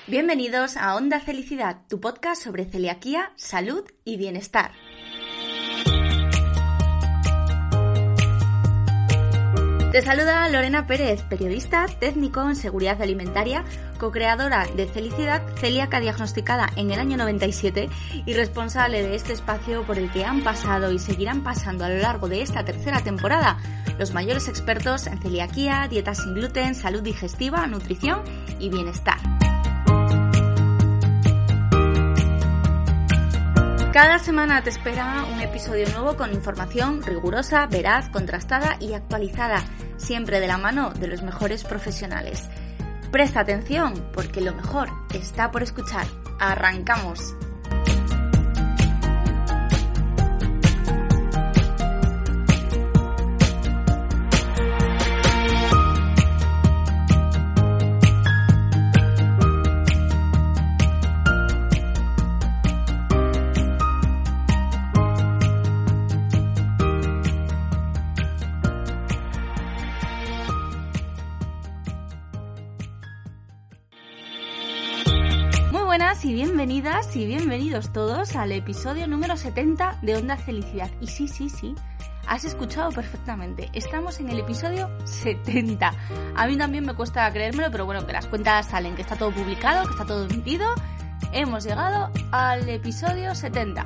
Bienvenidos a Onda Felicidad, tu podcast sobre celiaquía, salud y bienestar. Te saluda Lorena Pérez, periodista, técnico en seguridad alimentaria, co-creadora de Felicidad, celíaca diagnosticada en el año 97 y responsable de este espacio por el que han pasado y seguirán pasando a lo largo de esta tercera temporada los mayores expertos en celiaquía, dieta sin gluten, salud digestiva, nutrición y bienestar. Cada semana te espera un episodio nuevo con información rigurosa, veraz, contrastada y actualizada, siempre de la mano de los mejores profesionales. Presta atención, porque lo mejor está por escuchar. ¡Arrancamos! Buenas y bienvenidas y bienvenidos todos al episodio número 70 de Onda Felicidad. Y sí, has escuchado perfectamente. Estamos en el episodio 70. A mí también me cuesta creérmelo, pero bueno, que las cuentas salen, que está todo publicado, que está todo emitido. Hemos llegado al episodio 70.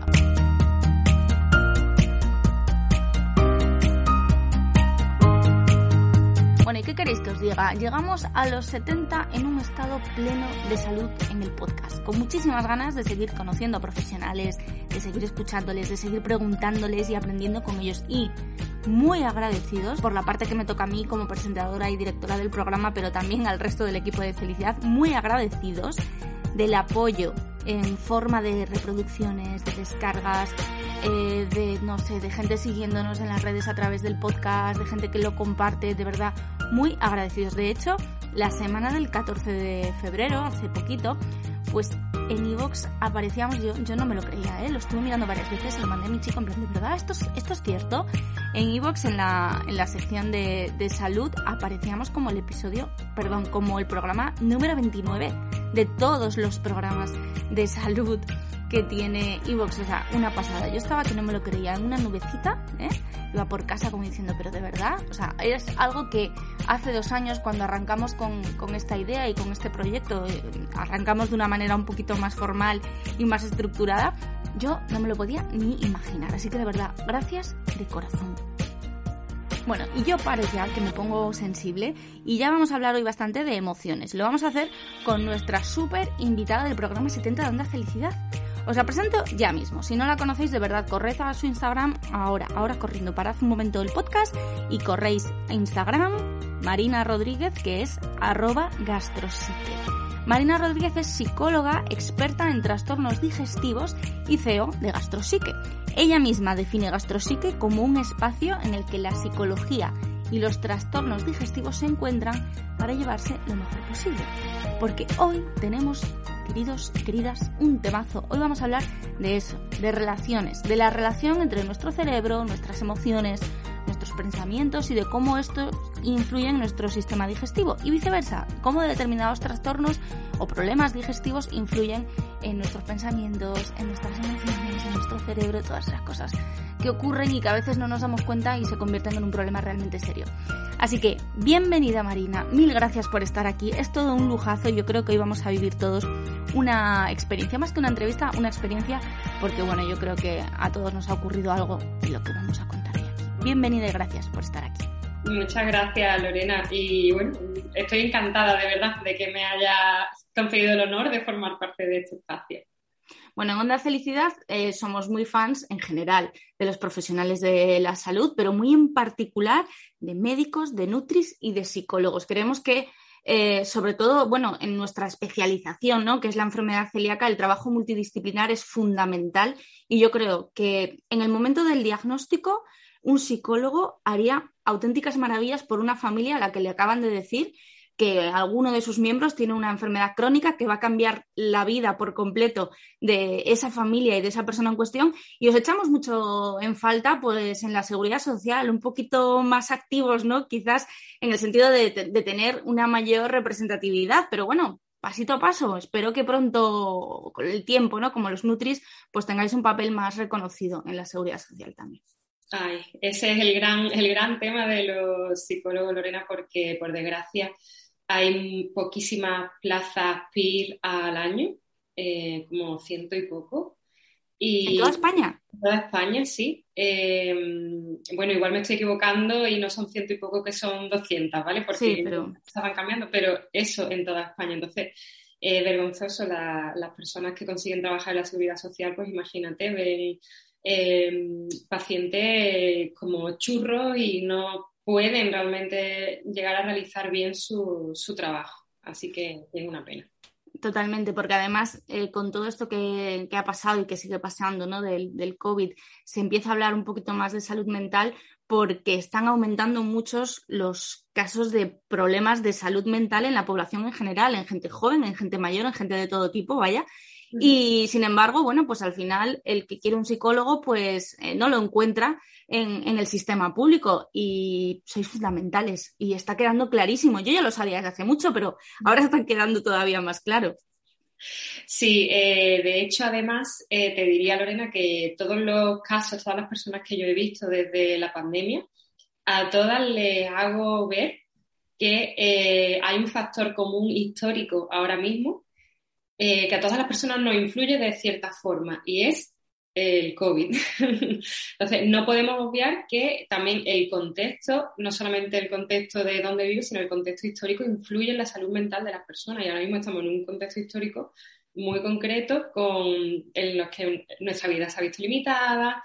Bueno, ¿y qué queréis que os diga? Llegamos a los 70 en un estado pleno de salud en el podcast, con muchísimas ganas de seguir conociendo a profesionales, de seguir escuchándoles, de seguir preguntándoles y aprendiendo con ellos, y muy agradecidos por la parte que me toca a mí como presentadora y directora del programa, pero también al resto del equipo de Felicidad, muy agradecidos del apoyo en forma de reproducciones, de descargas, de gente siguiéndonos en las redes a través del podcast, de gente que lo comparte, de verdad, muy agradecidos. De hecho, la semana del 14 de febrero, hace poquito, pues en iVoox aparecíamos, yo no me lo creía, lo estuve mirando varias veces, lo mandé a mi chico en plan, ¿de verdad esto es cierto? En iVoox, en la sección de salud, aparecíamos como como el programa número 29 de todos los programas de salud que tiene iVoox, o sea, una pasada. Yo estaba que no me lo creía, en una nubecita, iba por casa como diciendo, pero de verdad, o sea, es algo que hace 2 años cuando arrancamos con esta idea y con este proyecto, arrancamos de una manera un poquito más formal y más estructurada, yo no me lo podía ni imaginar, así que de verdad, gracias de corazón. Bueno, y yo paro ya, que me pongo sensible, y ya vamos a hablar hoy bastante de emociones. Lo vamos a hacer con nuestra súper invitada del programa 70 de Onda Felicidad. Os la presento ya mismo. Si no la conocéis, de verdad, corred a su Instagram ahora corriendo. Parad un momento el podcast y corréis a Instagram, Marina Rodríguez, que es @gastrosique. Marina Rodríguez es psicóloga, experta en trastornos digestivos y CEO de Gastrosique. Ella misma define Gastrosique como un espacio en el que la psicología y los trastornos digestivos se encuentran para llevarse lo mejor posible. Porque hoy tenemos, queridos y queridas, un temazo. Hoy vamos a hablar de eso, de relaciones, de la relación entre nuestro cerebro, nuestras emociones, nuestros pensamientos y de cómo esto influye en nuestro sistema digestivo y viceversa, cómo determinados trastornos o problemas digestivos influyen en nuestros pensamientos, en nuestras emociones, en nuestro cerebro, todas esas cosas que ocurren y que a veces no nos damos cuenta y se convierten en un problema realmente serio. Así que, bienvenida Marina, mil gracias por estar aquí, es todo un lujazo y yo creo que hoy vamos a vivir todos una experiencia, más que una entrevista, una experiencia, porque bueno, yo creo que a todos nos ha ocurrido algo de lo que vamos a contar hoy aquí. Bienvenida y gracias por estar aquí. Muchas gracias, Lorena, y bueno, estoy encantada de verdad de que me haya concedido el honor de formar parte de este espacio. Bueno, en Onda Felicidad somos muy fans en general de los profesionales de la salud, pero muy en particular de médicos, de nutris y de psicólogos. Creemos que sobre todo, bueno, en nuestra especialización, ¿no?, que es la enfermedad celíaca, el trabajo multidisciplinar es fundamental y yo creo que en el momento del diagnóstico un psicólogo haría auténticas maravillas por una familia a la que le acaban de decir que alguno de sus miembros tiene una enfermedad crónica que va a cambiar la vida por completo de esa familia y de esa persona en cuestión, y os echamos mucho en falta pues en la seguridad social, un poquito más activos, ¿no? Quizás en el sentido de tener una mayor representatividad, pero bueno, pasito a paso. Espero que pronto, con el tiempo, ¿no? Como los Nutris, pues tengáis un papel más reconocido en la seguridad social también. Ay, ese es el gran tema de los psicólogos, Lorena, porque por desgracia hay poquísimas plazas PIR al año, como 100 y poco. ¿En toda España? En toda España, sí. Bueno, igual me estoy equivocando y no son 100 y poco, que son 200, ¿vale? Porque sí, pero... estaban cambiando, pero eso en toda España. Entonces, vergonzoso, las personas que consiguen trabajar en la seguridad social, pues imagínate, ven pacientes como churros y no pueden realmente llegar a realizar bien su trabajo. Así que es una pena. Totalmente, porque además con todo esto que ha pasado y que sigue pasando, ¿no? del COVID, se empieza a hablar un poquito más de salud mental porque están aumentando muchos los casos de problemas de salud mental en la población en general, en gente joven, en gente mayor, en gente de todo tipo, vaya. Y sin embargo, bueno, pues al final el que quiere un psicólogo pues no lo encuentra en el sistema público y sois fundamentales y está quedando clarísimo. Yo ya lo sabía desde hace mucho, pero ahora está quedando todavía más claro. Sí, de hecho, además, te diría, Lorena, que todos los casos, todas las personas que yo he visto desde la pandemia, a todas les hago ver que hay un factor común histórico ahora mismo que a todas las personas nos influye de cierta forma y es el COVID. Entonces, no podemos obviar que también el contexto, no solamente el contexto de dónde vive, sino el contexto histórico influye en la salud mental de las personas y ahora mismo estamos en un contexto histórico muy concreto en los que nuestra vida se ha visto limitada,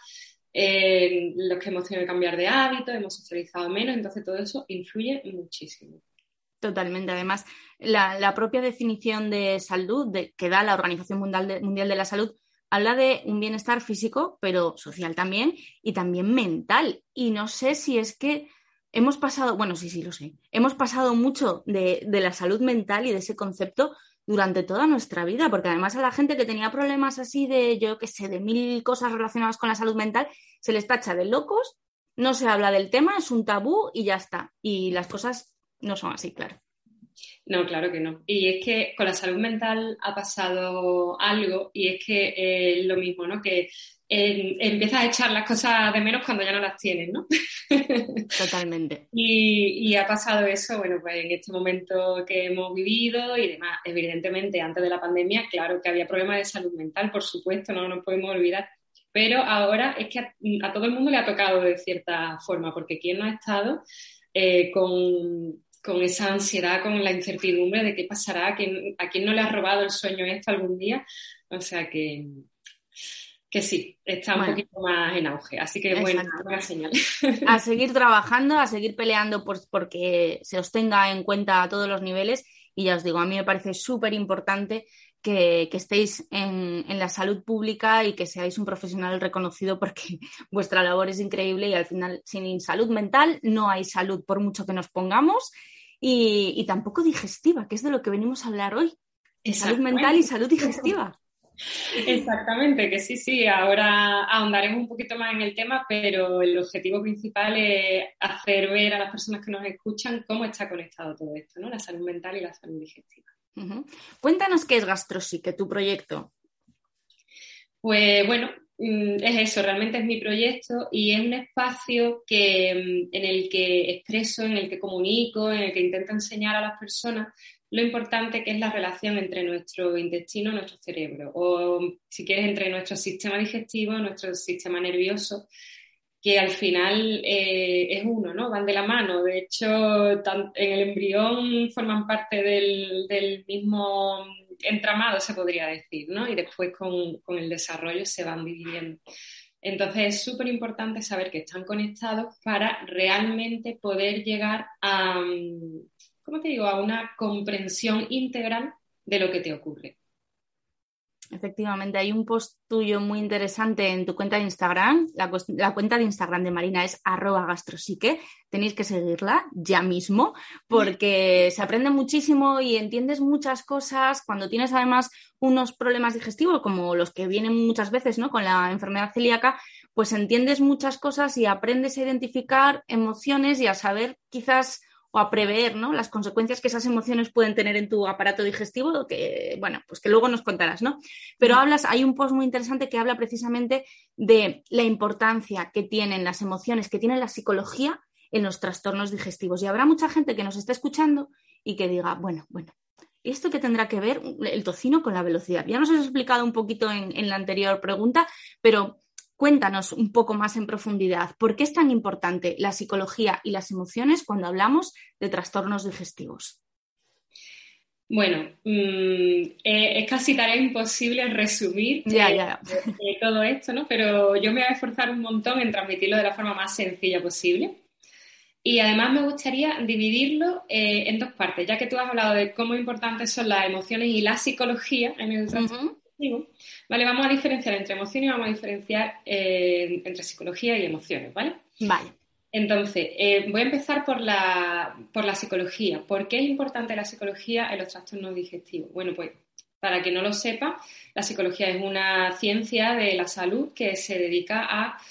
los que hemos tenido que cambiar de hábitos, hemos socializado menos, entonces todo eso influye muchísimo. Totalmente. Además, la propia definición de salud que da la Organización Mundial de la Salud habla de un bienestar físico, pero social también, y también mental. Y no sé si es que hemos pasado, bueno, sí lo sé, hemos pasado mucho de la salud mental y de ese concepto durante toda nuestra vida, porque además a la gente que tenía problemas así de, yo qué sé, de 1000 cosas relacionadas con la salud mental, se les tacha de locos, no se habla del tema, es un tabú y ya está. Y las cosas no son así, claro. No, claro que no. Y es que con la salud mental ha pasado algo y es que lo mismo, ¿no? Que empiezas a echar las cosas de menos cuando ya no las tienes, ¿no? Totalmente. Y ha pasado eso, bueno, pues en este momento que hemos vivido y demás. Evidentemente, antes de la pandemia, claro que había problemas de salud mental, por supuesto, no nos podemos olvidar. Pero ahora es que a todo el mundo le ha tocado de cierta forma, porque ¿quién no ha estado con esa ansiedad, con la incertidumbre de qué pasará, a quién no le ha robado el sueño esto algún día? O sea que sí, está un poquito más en auge. Así que buena señal. A seguir trabajando, a seguir peleando porque se os tenga en cuenta a todos los niveles. Y ya os digo, a mí me parece súper importante que estéis en la salud pública y que seáis un profesional reconocido porque vuestra labor es increíble y al final sin salud mental no hay salud por mucho que nos pongamos y tampoco digestiva, que es de lo que venimos a hablar hoy. Salud mental y salud digestiva. Exactamente, que sí, ahora ahondaremos un poquito más en el tema, pero el objetivo principal es hacer ver a las personas que nos escuchan cómo está conectado todo esto, ¿no? La salud mental y la salud digestiva. Uh-huh. Cuéntanos qué es GastroPsique, tu proyecto. Pues bueno, es eso, realmente es mi proyecto y es un espacio en el que expreso, en el que comunico, en el que intento enseñar a las personas lo importante que es la relación entre nuestro intestino y nuestro cerebro, o si quieres, entre nuestro sistema digestivo y nuestro sistema nervioso, que al final es uno, ¿no? Van de la mano. De hecho, en el embrión forman parte del mismo entramado, se podría decir, ¿no? Y después con el desarrollo se van dividiendo. Entonces es súper importante saber que están conectados para realmente poder llegar a, ¿cómo te digo?, a una comprensión integral de lo que te ocurre. Efectivamente, hay un post tuyo muy interesante en tu cuenta de Instagram. La cuenta de Instagram de Marina es @gastrosique. Tenéis que seguirla ya mismo porque se aprende muchísimo y entiendes muchas cosas. Cuando tienes además unos problemas digestivos como los que vienen muchas veces, ¿no?, con la enfermedad celíaca, pues entiendes muchas cosas y aprendes a identificar emociones y a saber quizás o a prever, ¿no?, las consecuencias que esas emociones pueden tener en tu aparato digestivo, que, bueno, pues que luego nos contarás, ¿no? Pero hay un post muy interesante que habla precisamente de la importancia que tienen las emociones, que tiene la psicología en los trastornos digestivos. Y habrá mucha gente que nos esté escuchando y que diga, bueno, ¿y esto qué tendrá que ver el tocino con la velocidad? Ya nos has explicado un poquito en la anterior pregunta, pero cuéntanos un poco más en profundidad. ¿Por qué es tan importante la psicología y las emociones cuando hablamos de trastornos digestivos? Bueno, es casi tarea imposible resumir todo esto, ¿no? Pero yo me voy a esforzar un montón en transmitirlo de la forma más sencilla posible. Y además me gustaría dividirlo en dos partes, ya que tú has hablado de cómo importantes son las emociones y la psicología en el trastorno digestivo. Vale, vamos a diferenciar entre emociones y vamos a diferenciar entre psicología y emociones, ¿vale? Vale. Entonces, voy a empezar por la psicología. ¿Por qué es importante la psicología en los trastornos digestivos? Bueno, pues para quien no lo sepa, la psicología es una ciencia de la salud que se dedica a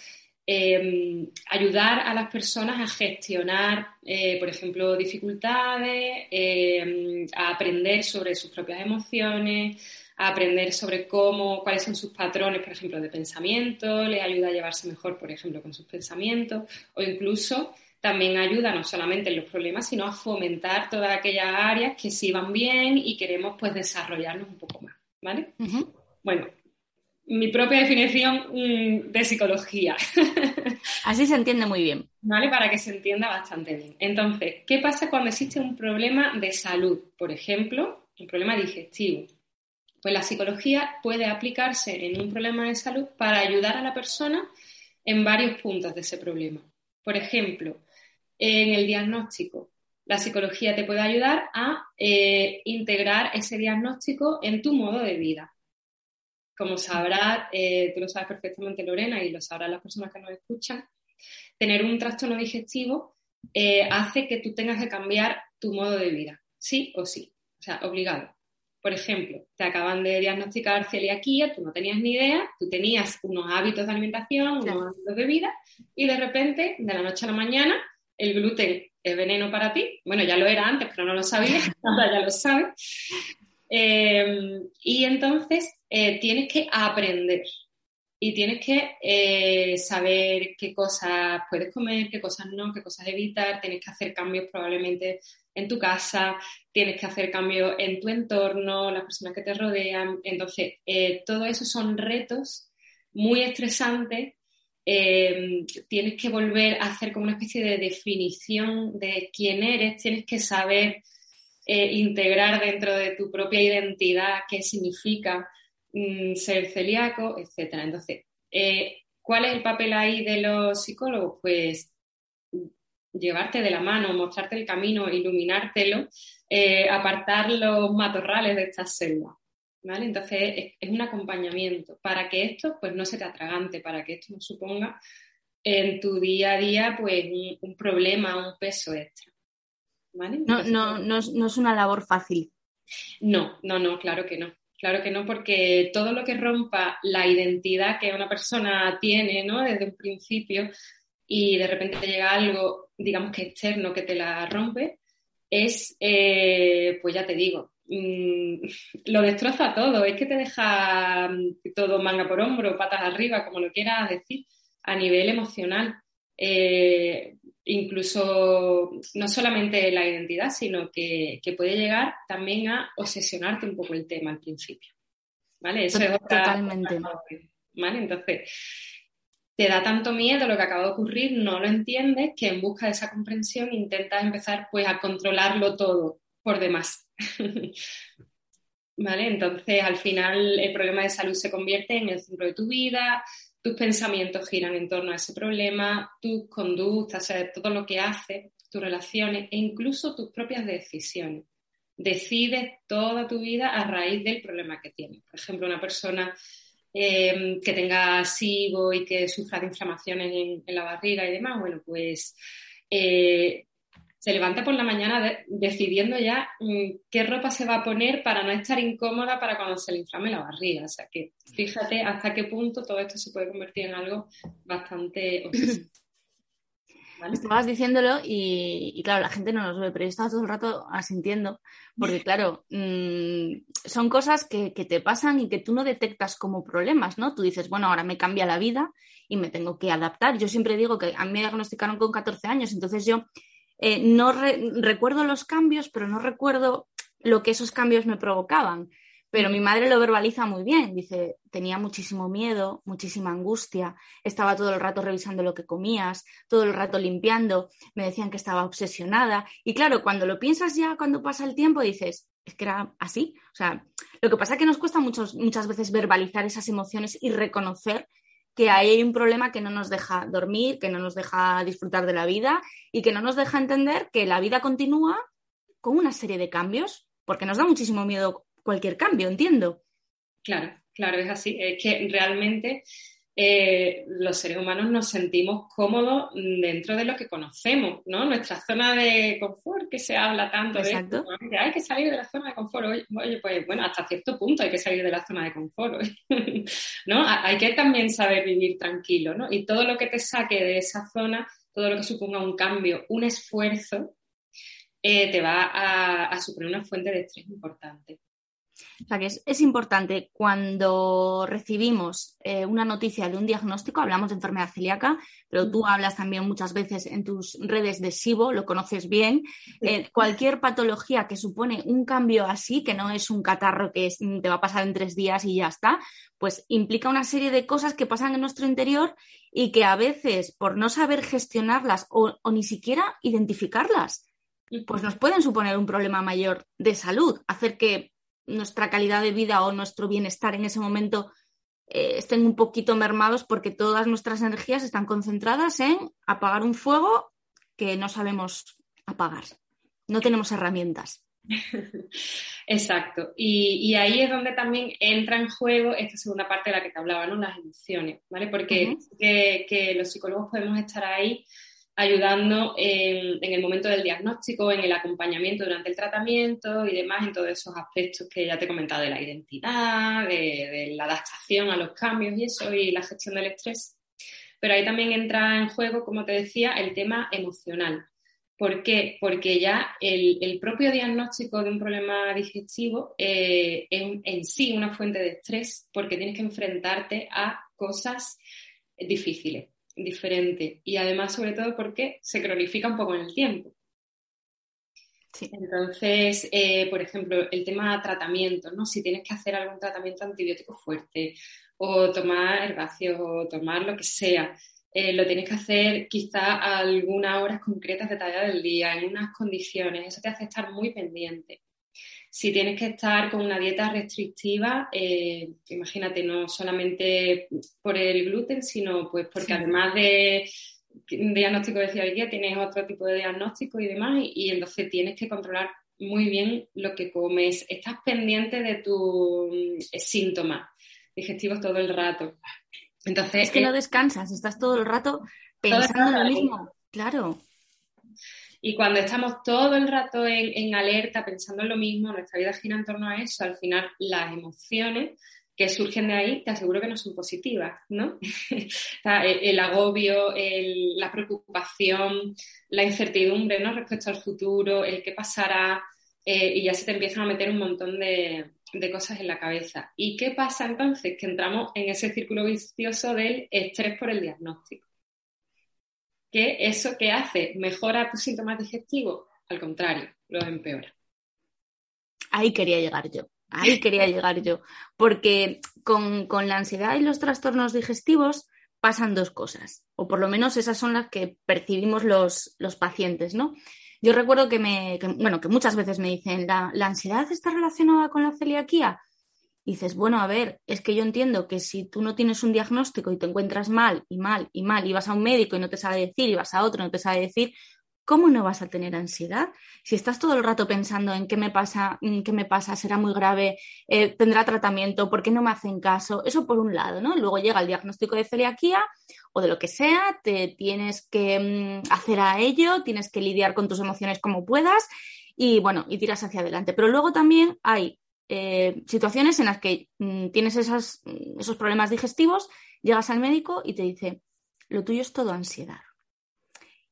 ayudar a las personas a gestionar, por ejemplo, dificultades, a aprender sobre sus propias emociones, a aprender sobre cuáles son sus patrones, por ejemplo, de pensamiento, les ayuda a llevarse mejor, por ejemplo, con sus pensamientos, o incluso también ayuda no solamente en los problemas, sino a fomentar todas aquellas áreas que sí van bien y queremos, pues, desarrollarnos un poco más, ¿vale? Bueno, mi propia definición de psicología. Así se entiende muy bien. ¿Vale? Para que se entienda bastante bien. Entonces, ¿qué pasa cuando existe un problema de salud? Por ejemplo, un problema digestivo. Pues la psicología puede aplicarse en un problema de salud para ayudar a la persona en varios puntos de ese problema. Por ejemplo, en el diagnóstico. La psicología te puede ayudar a integrar ese diagnóstico en tu modo de vida. Como sabrás, tú lo sabes perfectamente, Lorena, y lo sabrán las personas que nos escuchan, tener un trastorno digestivo hace que tú tengas que cambiar tu modo de vida, sí o sí, o sea, obligado. Por ejemplo, te acaban de diagnosticar celiaquía, tú no tenías ni idea, tú tenías unos hábitos de alimentación, unos hábitos de vida, y de repente, de la noche a la mañana, el gluten es veneno para ti. Bueno, ya lo era antes, pero no lo sabías, ahora ya lo sabes. Y entonces tienes que aprender y tienes que saber qué cosas puedes comer, qué cosas no, qué cosas evitar, tienes que hacer cambios probablemente en tu casa, tienes que hacer cambios en tu entorno, las personas que te rodean. Entonces, todo eso son retos muy estresantes. Tienes que volver a hacer como una especie de definición de quién eres, tienes que saber integrar dentro de tu propia identidad qué significa ser celíaco, etcétera. Entonces, ¿cuál es el papel ahí de los psicólogos? Pues llevarte de la mano, mostrarte el camino, iluminártelo, apartar los matorrales de esta selva, ¿vale? Entonces, es un acompañamiento para que esto pues no se te atragante, para que esto no suponga en tu día a día pues un problema, un peso extra. ¿Vale? Entonces, no es una labor fácil. No, claro que no. Claro que no, porque todo lo que rompa la identidad que una persona tiene, ¿no?, desde un principio, y de repente llega algo, digamos que externo, que te la rompe, es, pues ya te digo, lo destroza todo, es que te deja todo manga por hombro, patas arriba, como lo quieras decir, a nivel emocional. Incluso no solamente la identidad, sino que puede llegar también a obsesionarte un poco el tema al principio, ¿vale? Eso es totalmente. ¿Vale? Entonces, te da tanto miedo lo que acaba de ocurrir, no lo entiendes, que en busca de esa comprensión intentas empezar pues a controlarlo todo por demás. ¿Vale? Entonces, al final, el problema de salud se convierte en el centro de tu vida, tus pensamientos giran en torno a ese problema, tus conductas, o sea, todo lo que haces, tus relaciones e incluso tus propias decisiones. Decides toda tu vida a raíz del problema que tienes. Por ejemplo, una persona que tenga SIBO y que sufra de inflamaciones en la barriga y demás, bueno, pues se levanta por la mañana decidiendo ya qué ropa se va a poner para no estar incómoda para cuando se le inflame la barriga. O sea que fíjate hasta qué punto todo esto se puede convertir en algo bastante obsesivo. ¿vale? Estabas diciéndolo y claro, la gente no nos ve, pero yo estaba todo el rato asintiendo, porque claro, son cosas que te pasan y que tú no detectas como problemas, ¿no? Tú dices, bueno, ahora me cambia la vida y me tengo que adaptar. Yo siempre digo que a mí me diagnosticaron con 14 años, entonces yo no recuerdo los cambios, pero no recuerdo lo que esos cambios me provocaban. Pero mi madre lo verbaliza muy bien. Dice, tenía muchísimo miedo, muchísima angustia, estaba todo el rato revisando lo que comías, todo el rato limpiando, me decían que estaba obsesionada. Y claro, cuando lo piensas ya, cuando pasa el tiempo, dices, es que era así. O sea, lo que pasa es que nos cuesta muchas veces verbalizar esas emociones y reconocer que ahí hay un problema que no nos deja dormir, que no nos deja disfrutar de la vida y que no nos deja entender que la vida continúa con una serie de cambios, porque nos da muchísimo miedo cualquier cambio, entiendo. Claro, claro, es así. Es que realmente los seres humanos nos sentimos cómodos dentro de lo que conocemos, ¿no? Nuestra zona de confort, que se habla tanto de esto, Exacto. ¿no? Que hay que salir de la zona de confort. Oye, pues bueno, hasta cierto punto hay que salir de la zona de confort, ¿no? Hay que también saber vivir tranquilo, ¿no? Y todo lo que te saque de esa zona, todo lo que suponga un cambio, un esfuerzo, te va a suponer una fuente de estrés importante. O sea que es importante cuando recibimos una noticia de un diagnóstico, hablamos de enfermedad celíaca, pero tú hablas también muchas veces en tus redes de SIBO, lo conoces bien. Cualquier patología que supone un cambio así, que no es un catarro que te va a pasar en 3 días y ya está, pues implica una serie de cosas que pasan en nuestro interior y que a veces, por no saber gestionarlas o ni siquiera identificarlas, pues nos pueden suponer un problema mayor de salud, hacer que nuestra calidad de vida o nuestro bienestar en ese momento estén un poquito mermados porque todas nuestras energías están concentradas en apagar un fuego que no sabemos apagar. No tenemos herramientas. Exacto. Y ahí es donde también entra en juego esta segunda parte de la que te hablaba, ¿no? Las emociones, ¿vale? Porque que los psicólogos podemos estar ahí ayudando en el momento del diagnóstico, en el acompañamiento durante el tratamiento y demás, en todos esos aspectos que ya te he comentado de la identidad, de la adaptación a los cambios y eso, y la gestión del estrés. Pero ahí también entra en juego, como te decía, el tema emocional. ¿Por qué? Porque ya el propio diagnóstico de un problema digestivo es en sí una fuente de estrés porque tienes que enfrentarte a cosas difíciles, diferentes y además sobre todo porque se cronifica un poco en el tiempo. Sí. Entonces, por ejemplo, el tema tratamiento, ¿no? Si tienes que hacer algún tratamiento antibiótico fuerte o tomar herbáceos o tomar lo que sea, lo tienes que hacer quizá a algunas horas concretas detalladas del día, en unas condiciones, eso te hace estar muy pendiente. Si tienes que estar con una dieta restrictiva, imagínate, no solamente por el gluten, sino pues porque además de diagnóstico de celiaquía tienes otro tipo de diagnóstico y demás, y entonces tienes que controlar muy bien lo que comes. Estás pendiente de tus síntomas digestivos todo el rato. Entonces, es que no descansas, estás todo el rato pensando en lo mismo. Claro. Y cuando estamos todo el rato en alerta, pensando en lo mismo, nuestra vida gira en torno a eso, al final las emociones que surgen de ahí, te aseguro que no son positivas, ¿no? El agobio, la preocupación, la incertidumbre, ¿no? Respecto al futuro, el qué pasará, y ya se te empiezan a meter un montón de cosas en la cabeza. ¿Y qué pasa entonces? Que entramos en ese círculo vicioso del estrés por el diagnóstico. ¿Que eso qué hace? ¿Mejora tus síntomas digestivos? Al contrario, los empeora. Ahí quería llegar yo, porque con la ansiedad y los trastornos digestivos pasan 2 cosas, o por lo menos esas son las que percibimos los pacientes, ¿no? Yo recuerdo que muchas veces me dicen, ¿la ansiedad está relacionada con la celiaquía? Y dices, bueno, a ver, es que yo entiendo que si tú no tienes un diagnóstico y te encuentras mal, y vas a un médico y no te sabe decir, y vas a otro y no te sabe decir, ¿cómo no vas a tener ansiedad? Si estás todo el rato pensando en qué me pasa, será muy grave, tendrá tratamiento, ¿por qué no me hacen caso? Eso por un lado, ¿no? Luego llega el diagnóstico de celiaquía o de lo que sea, te tienes que hacer a ello, tienes que lidiar con tus emociones como puedas y tiras hacia adelante. Pero luego también hay situaciones en las que tienes esos problemas digestivos, llegas al médico y te dice, lo tuyo es todo ansiedad.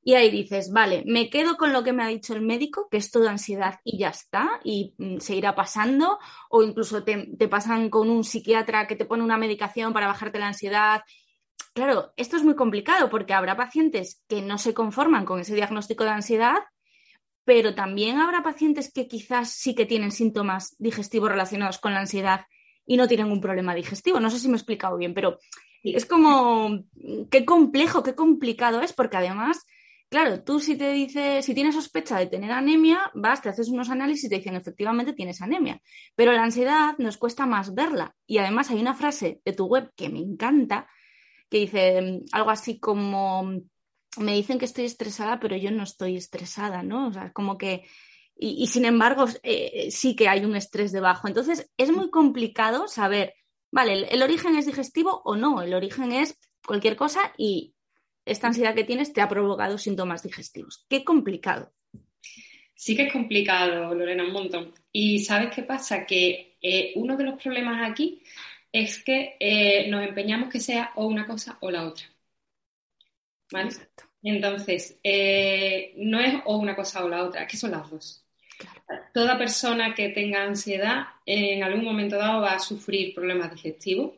y ahí dices, vale, me quedo con lo que me ha dicho el médico, que es todo ansiedad y ya está, y se irá pasando, o incluso te pasan con un psiquiatra que te pone una medicación para bajarte la ansiedad. Claro, esto es muy complicado porque habrá pacientes que no se conforman con ese diagnóstico de ansiedad, pero también habrá pacientes que quizás sí que tienen síntomas digestivos relacionados con la ansiedad y no tienen un problema digestivo. No sé si me he explicado bien, pero Sí. es como qué complejo, qué complicado es, porque además, claro, tú si tienes sospecha de tener anemia, vas, te haces unos análisis y te dicen efectivamente tienes anemia, pero la ansiedad nos cuesta más verla. Y además hay una frase de tu web que me encanta, que dice algo así como, me dicen que estoy estresada, pero yo no estoy estresada, ¿no? O sea, como que, y sin embargo, sí que hay un estrés debajo. Entonces, es muy complicado saber, vale, el origen es digestivo o no, el origen es cualquier cosa y esta ansiedad que tienes te ha provocado síntomas digestivos. Qué complicado. Sí que es complicado, Lorena, un montón. Y ¿sabes qué pasa? Que uno de los problemas aquí es que nos empeñamos que sea o una cosa o la otra, ¿vale? Exacto. Entonces, no es o una cosa o la otra, es que son las dos. Claro. Toda persona que tenga ansiedad en algún momento dado va a sufrir problemas digestivos.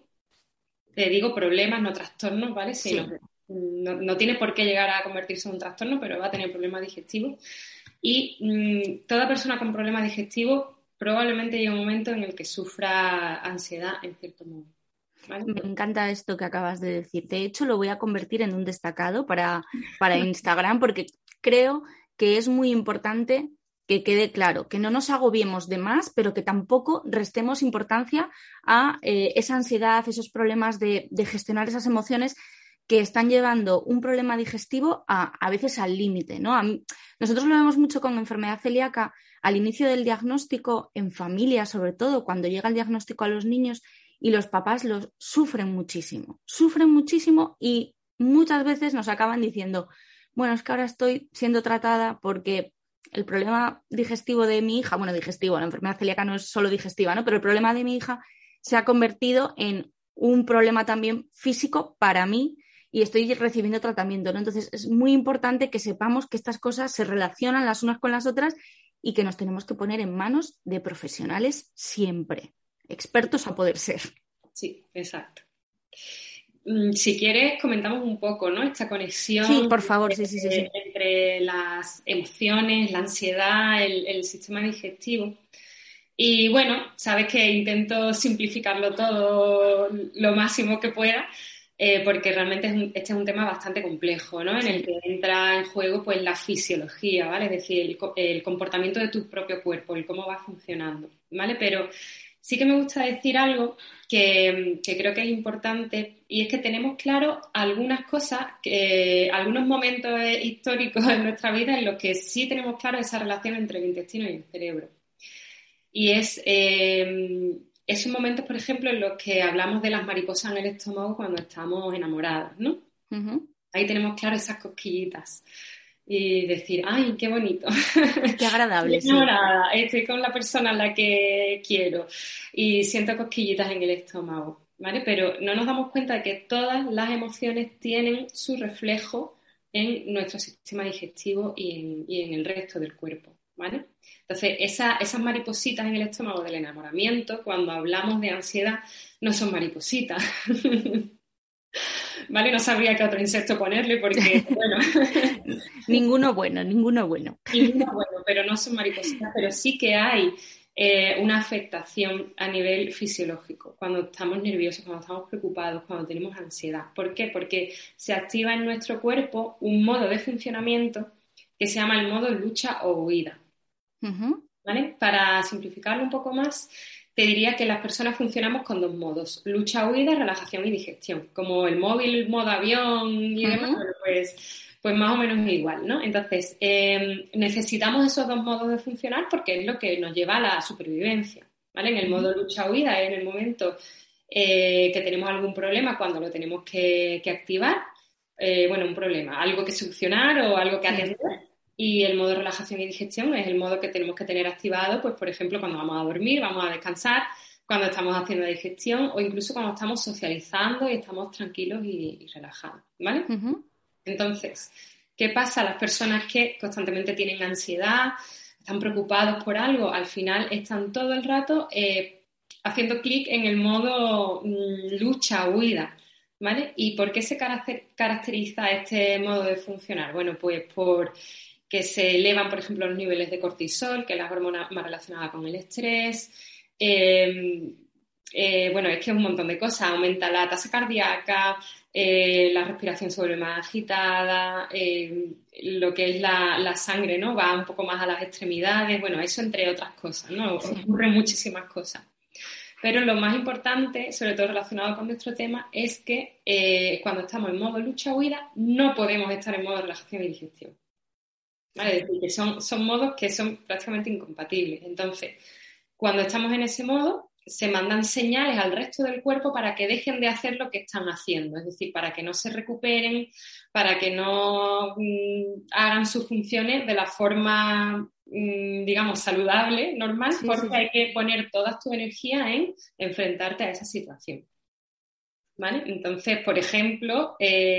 Te digo problemas, no trastornos, ¿vale? Sino Sí. que no tiene por qué llegar a convertirse en un trastorno, pero va a tener problemas digestivos. Y toda persona con problemas digestivos probablemente llegue un momento en el que sufra ansiedad en cierto modo, ¿vale? Me encanta esto que acabas de decir. De hecho, lo voy a convertir en un destacado para Instagram porque creo que es muy importante que quede claro, que no nos agobiemos de más, pero que tampoco restemos importancia a esa ansiedad, esos problemas de gestionar esas emociones que están llevando un problema digestivo a veces al límite, ¿no? Nosotros lo vemos mucho con enfermedad celíaca al inicio del diagnóstico, en familia, sobre todo cuando llega el diagnóstico a los niños y los papás los sufren muchísimo y muchas veces nos acaban diciendo, bueno, es que ahora estoy siendo tratada porque el problema digestivo de mi hija, bueno, digestivo, la enfermedad celíaca no es solo digestiva, ¿no? Pero el problema de mi hija se ha convertido en un problema también físico para mí y estoy recibiendo tratamiento, ¿no? Entonces es muy importante que sepamos que estas cosas se relacionan las unas con las otras y que nos tenemos que poner en manos de profesionales siempre, expertos a poder ser. Sí, exacto. Si quieres, comentamos un poco, ¿no? Esta Sí, conexión por favor, sí. entre las emociones, la ansiedad, el sistema digestivo. Y bueno, sabes que intento simplificarlo todo lo máximo que pueda, porque realmente este es un tema bastante complejo, ¿no? En el Sí. que entra en juego pues la fisiología, ¿vale? Es decir, el comportamiento de tu propio cuerpo, el cómo va funcionando, ¿vale? Pero sí que me gusta decir algo que creo que es importante y es que tenemos claro algunas cosas, algunos momentos históricos en nuestra vida en los que sí tenemos claro esa relación entre el intestino y el cerebro. Y esos momentos, por ejemplo, en los que hablamos de las mariposas en el estómago cuando estamos enamoradas, ¿no? Uh-huh. Ahí tenemos claro esas cosquillitas. Y decir, ¡ay, qué bonito! Qué Estoy agradable, sí. enamorada, estoy con la persona a la que quiero y siento cosquillitas en el estómago, ¿vale? Pero no nos damos cuenta de que todas las emociones tienen su reflejo en nuestro sistema digestivo y en el resto del cuerpo, ¿vale? Entonces, esas maripositas en el estómago del enamoramiento, cuando hablamos de ansiedad, no son maripositas. ¿Vale? No sabría qué otro insecto ponerle porque, bueno, Ninguno bueno, ninguno bueno. ninguno bueno, pero no son maripositas, pero sí que hay una afectación a nivel fisiológico cuando estamos nerviosos, cuando estamos preocupados, cuando tenemos ansiedad. ¿Por qué? Porque se activa en nuestro cuerpo un modo de funcionamiento que se llama el modo lucha o huida. Uh-huh. ¿Vale? Para simplificarlo un poco más, te diría que las personas funcionamos con dos modos, lucha, huida, relajación y digestión. Como el móvil, el modo avión y demás, Uh-huh. pues más o menos es igual, ¿no? Entonces, necesitamos esos dos modos de funcionar porque es lo que nos lleva a la supervivencia, ¿vale? En el modo lucha-huida es en el momento que tenemos algún problema, cuando lo tenemos que activar, bueno, un problema, algo que solucionar o algo que Sí. atender. Y el modo relajación y digestión es el modo que tenemos que tener activado, pues por ejemplo, cuando vamos a dormir, vamos a descansar, cuando estamos haciendo digestión o incluso cuando estamos socializando y estamos tranquilos y relajados, ¿vale? Uh-huh. Entonces, ¿Qué pasa a las personas que constantemente tienen ansiedad, están preocupados por algo? Al final están todo el rato haciendo clic en el modo lucha, huida, ¿vale? ¿Y por qué se caracteriza este modo de funcionar? Bueno, pues por que se elevan, por ejemplo, los niveles de cortisol, que es la hormona más relacionada con el estrés. Bueno, es que un montón de cosas. Aumenta la tasa cardíaca, la respiración se vuelve más agitada, lo que es la sangre, ¿no? Va un poco más a las extremidades. Bueno, eso entre otras cosas, ¿no? Sí. Ocurren muchísimas cosas. Pero lo más importante, sobre todo relacionado con nuestro tema, es que cuando estamos en modo lucha-huida no podemos estar en modo relajación y digestión. ¿Vale? Es decir, que son modos que son prácticamente incompatibles. Entonces, cuando estamos en ese modo, se mandan señales al resto del cuerpo para que dejen de hacer lo que están haciendo. Es decir, para que no se recuperen, para que no hagan sus funciones de la forma, digamos, saludable, normal, Sí, porque sí. hay que poner toda tu energía en enfrentarte a esa situación. ¿Vale? Entonces, por ejemplo,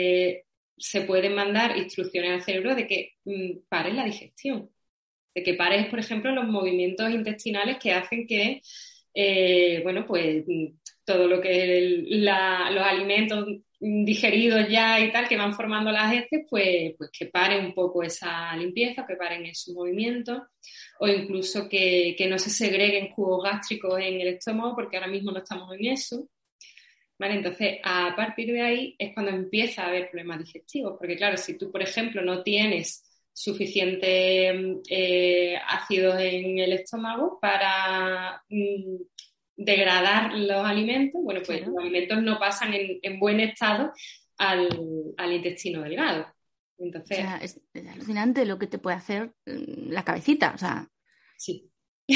se pueden mandar instrucciones al cerebro de que pares la digestión, de que pares, por ejemplo, los movimientos intestinales que hacen que, bueno, pues todo lo que los alimentos digeridos ya y tal que van formando las heces, pues que paren un poco esa limpieza, que paren esos movimientos, o incluso que no se segreguen jugos gástricos en el estómago, porque ahora mismo no estamos en eso. ¿Vale? Entonces, a partir de ahí es cuando empieza a haber problemas digestivos, porque claro, si tú, por ejemplo, no tienes suficiente ácidos en el estómago para degradar los alimentos, bueno, pues Claro. los alimentos no pasan en buen estado al intestino delgado. O Entonces, sea, es alucinante lo que te puede hacer la cabecita. O sea, sí.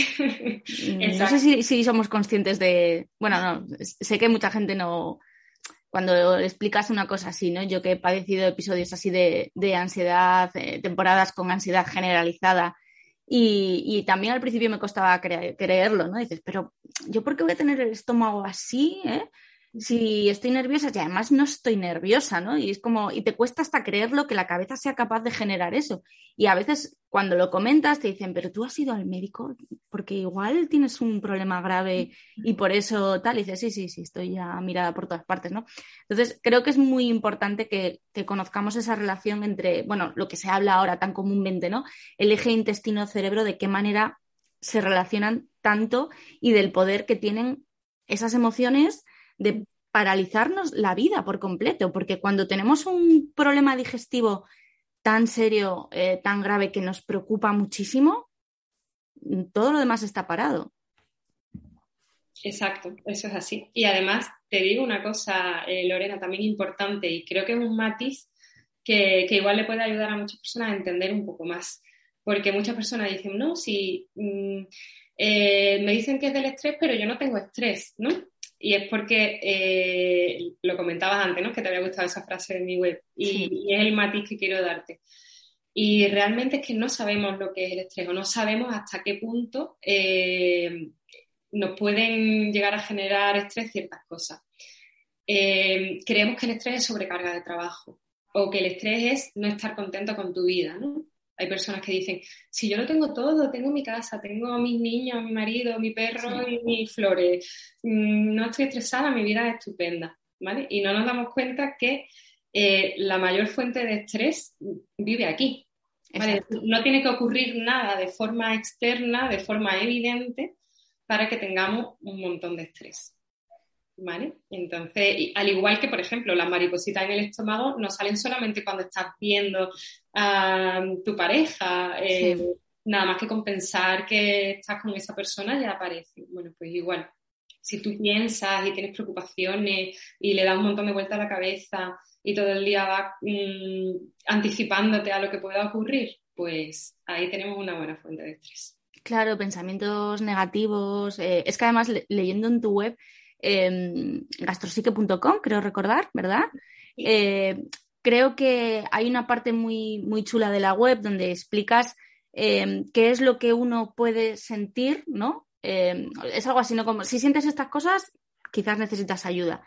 no sé Exacto. si somos conscientes de... Bueno, no, sé que mucha gente no... Cuando explicas una cosa así, ¿no? Yo que he padecido episodios así de ansiedad, temporadas con ansiedad generalizada, y también al principio me costaba creerlo, ¿no? Dices, pero ¿yo por qué voy a tener el estómago así, si estoy nerviosa? Y además no estoy nerviosa, ¿no? Y es como, y te cuesta hasta creerlo que la cabeza sea capaz de generar eso. Y a veces cuando lo comentas te dicen, pero tú has ido al médico porque igual tienes un problema grave y por eso tal. Y dices, sí, estoy ya mirada por todas partes, ¿no? Entonces creo que es muy importante que conozcamos esa relación entre, bueno, lo que se habla ahora tan comúnmente, ¿no? El eje intestino-cerebro, de qué manera se relacionan tanto y del poder que tienen esas emociones de paralizarnos la vida por completo, porque cuando tenemos un problema digestivo tan serio, tan grave, que nos preocupa muchísimo, todo lo demás está parado. Exacto, eso es así. Y además, te digo una cosa, Lorena, también importante, y creo que es un matiz que igual le puede ayudar a muchas personas a entender un poco más. Porque muchas personas dicen, no, si me dicen que es del estrés, pero yo no tengo estrés, ¿no? Y es porque, lo comentabas antes, ¿no? Que te había gustado esa frase de mi web. Sí. Y es el matiz que quiero darte. Y realmente es que no sabemos lo que es el estrés, o no sabemos hasta qué punto nos pueden llegar a generar estrés ciertas cosas. Creemos que el estrés es sobrecarga de trabajo, o que el estrés es no estar contento con tu vida, ¿no? Hay personas que dicen, si yo lo tengo todo, tengo mi casa, tengo a mis niños, mi marido, mi perro y mis flores, no estoy estresada, mi vida es estupenda, ¿vale? Y no nos damos cuenta que la mayor fuente de estrés vive aquí, ¿vale? Exacto. No tiene que ocurrir nada de forma externa, de forma evidente, para que tengamos un montón de estrés, ¿vale? Entonces, al igual que, por ejemplo, las maripositas en el estómago no salen solamente cuando estás viendo a tu pareja, Sí. nada más que compensar que estás con esa persona ya aparece. Bueno, pues igual, si tú piensas y tienes preocupaciones y le das un montón de vueltas a la cabeza y todo el día vas anticipándote a lo que pueda ocurrir, pues ahí tenemos una buena fuente de estrés. Claro, pensamientos negativos. Es que además leyendo en tu web, gastrosique.com, creo recordar, ¿verdad? Sí. Creo que hay una parte muy, muy chula de la web donde explicas qué es lo que uno puede sentir, ¿no? Es algo así, ¿no? Como si sientes estas cosas, quizás necesitas ayuda.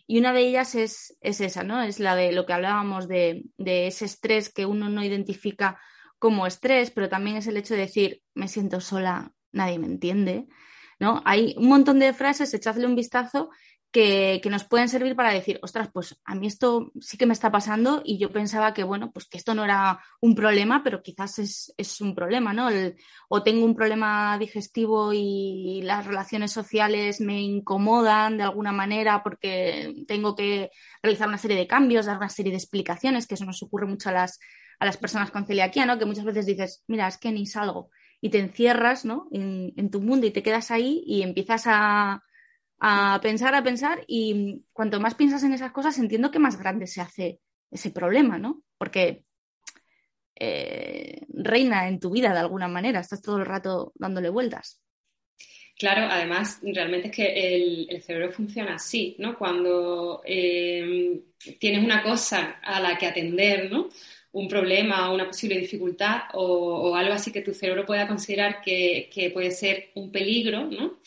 Y una de ellas es esa, ¿no? Es la de lo que hablábamos de ese estrés que uno no identifica como estrés, pero también es el hecho de decir, me siento sola, nadie me entiende, ¿no? Hay un montón de frases, echadle un vistazo, que nos pueden servir para decir, ostras, pues a mí esto sí que me está pasando y yo pensaba que, bueno, pues que esto no era un problema, pero quizás es un problema, ¿no? O tengo un problema digestivo y las relaciones sociales me incomodan de alguna manera porque tengo que realizar una serie de cambios, dar una serie de explicaciones, que eso nos ocurre mucho a las personas con celiaquía, ¿no? Que muchas veces dices, mira, es que ni salgo y te encierras, ¿no? En tu mundo y te quedas ahí y empiezas a pensar y cuanto más piensas en esas cosas entiendo que más grande se hace ese problema, ¿no? Porque reina en tu vida de alguna manera, estás todo el rato dándole vueltas. Claro, además, realmente es que el cerebro funciona así, ¿no? Cuando tienes una cosa a la que atender, ¿no? Un problema o una posible dificultad o algo así que tu cerebro pueda considerar que puede ser un peligro, ¿no?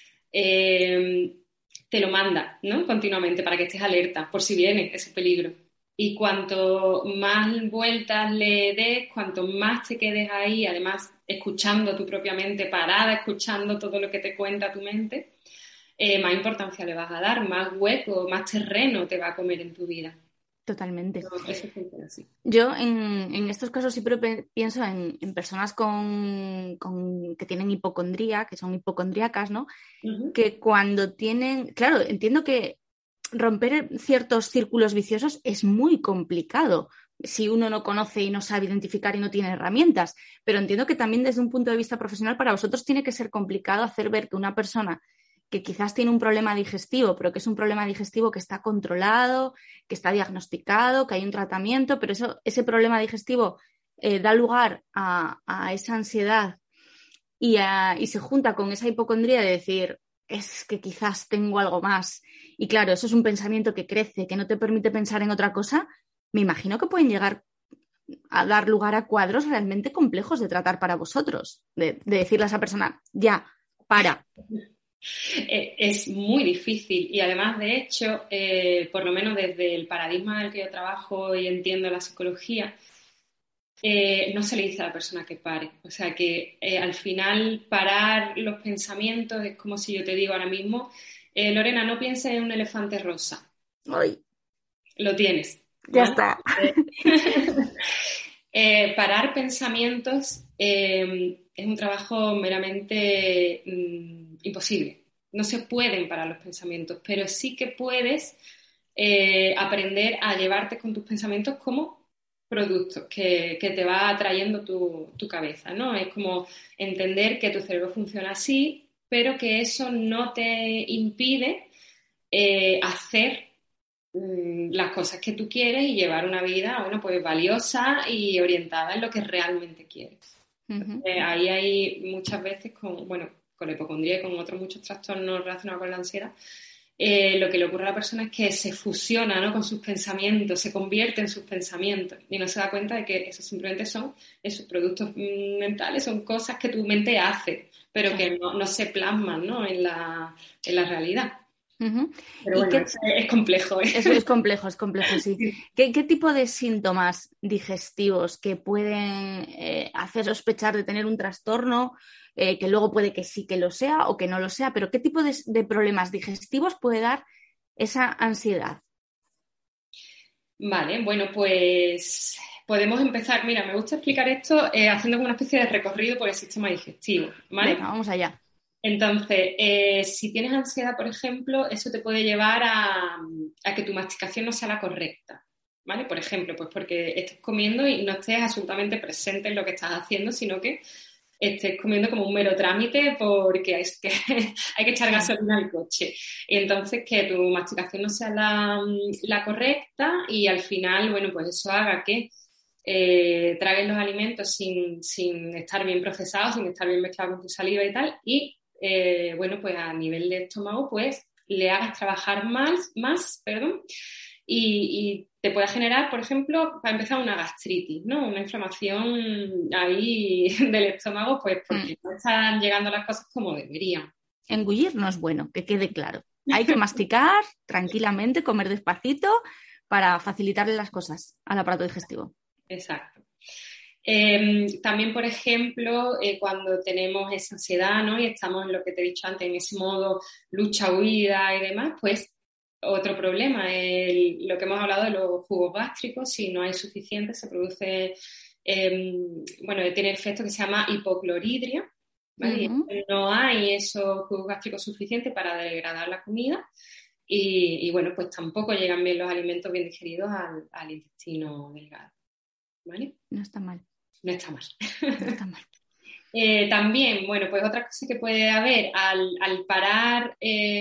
Te lo manda, ¿no? Continuamente para que estés alerta por si viene ese peligro. Y cuanto más vueltas le des, cuanto más te quedes ahí, además escuchando tu propia mente, parada, escuchando todo lo que te cuenta tu mente, más importancia le vas a dar, más hueco, más terreno te va a comer en tu vida. Totalmente. Eso funciona así. Yo en estos casos siempre pienso en personas que tienen hipocondría, que son hipocondríacas, ¿no? Uh-huh. Que cuando tienen, claro, entiendo que romper ciertos círculos viciosos es muy complicado si uno no conoce y no sabe identificar y no tiene herramientas, pero entiendo que también desde un punto de vista profesional para vosotros tiene que ser complicado hacer ver que una persona que quizás tiene un problema digestivo, pero que es un problema digestivo que está controlado, que está diagnosticado, que hay un tratamiento, pero ese problema digestivo da lugar a esa ansiedad y se junta con esa hipocondría de decir, es que quizás tengo algo más. Y claro, eso es un pensamiento que crece, que no te permite pensar en otra cosa. Me imagino que pueden llegar a dar lugar a cuadros realmente complejos de tratar para vosotros, de decirle a esa persona, ya, para. Es muy difícil y además, de hecho, por lo menos desde el paradigma en el que yo trabajo y entiendo la psicología, no se le dice a la persona que pare. O sea que al final parar los pensamientos es como si yo te digo ahora mismo, Lorena, no pienses en un elefante rosa. Ay, Lo tienes, ya ¿vale? está. Parar pensamientos es un trabajo meramente imposible. No se pueden parar los pensamientos, pero sí que puedes aprender a llevarte con tus pensamientos como productos que te va atrayendo tu cabeza, ¿no? Es como entender que tu cerebro funciona así, pero que eso no te impide hacer las cosas que tú quieres y llevar una vida, bueno, pues valiosa y orientada en lo que realmente quieres. Uh-huh. Ahí hay muchas veces con la hipocondría y con otros muchos trastornos relacionados con la ansiedad, lo que le ocurre a la persona es que se fusiona, ¿no?, con sus pensamientos, se convierte en sus pensamientos y no se da cuenta de que eso simplemente son esos productos mentales, son cosas que tu mente hace, pero que no se plasman, ¿no?, en la realidad. Uh-huh. Pero bueno, es complejo, ¿eh? Eso es complejo, sí. ¿Qué tipo de síntomas digestivos que pueden hacer sospechar de tener un trastorno, que luego puede que sí que lo sea o que no lo sea, pero qué tipo de problemas digestivos puede dar esa ansiedad? Vale, bueno, pues podemos empezar. Mira, me gusta explicar esto haciendo una especie de recorrido por el sistema digestivo, ¿vale? Venga, vamos allá. Entonces, si tienes ansiedad, por ejemplo, eso te puede llevar a que tu masticación no sea la correcta, ¿vale? Por ejemplo, pues porque estés comiendo y no estés absolutamente presente en lo que estás haciendo, sino que estés comiendo como un mero trámite porque hay que echar gasolina al coche. Y entonces que tu masticación no sea la correcta y al final, bueno, pues eso haga que tragues los alimentos sin estar bien procesados, sin estar bien mezclados con tu saliva y tal, y bueno, pues a nivel de estómago, pues le hagas trabajar más, y te puede generar, por ejemplo, para empezar, una gastritis, ¿no? Una inflamación ahí del estómago, pues porque no están llegando las cosas como deberían. Engullir no es bueno, que quede claro. Hay que masticar tranquilamente, comer despacito para facilitarle las cosas al aparato digestivo. Exacto. También, por ejemplo, cuando tenemos esa ansiedad, ¿no? Y estamos en lo que te he dicho antes, en ese modo lucha-huida y demás, pues otro problema, lo que hemos hablado de los jugos gástricos, si no hay suficiente, se produce, tiene efecto que se llama hipocloridria, ¿vale? Uh-huh. No hay esos jugos gástricos suficientes para degradar la comida y bueno, pues tampoco llegan bien los alimentos bien digeridos al intestino delgado, ¿vale? No está mal. No está mal. No está mal. También, bueno, pues otra cosa que puede haber al parar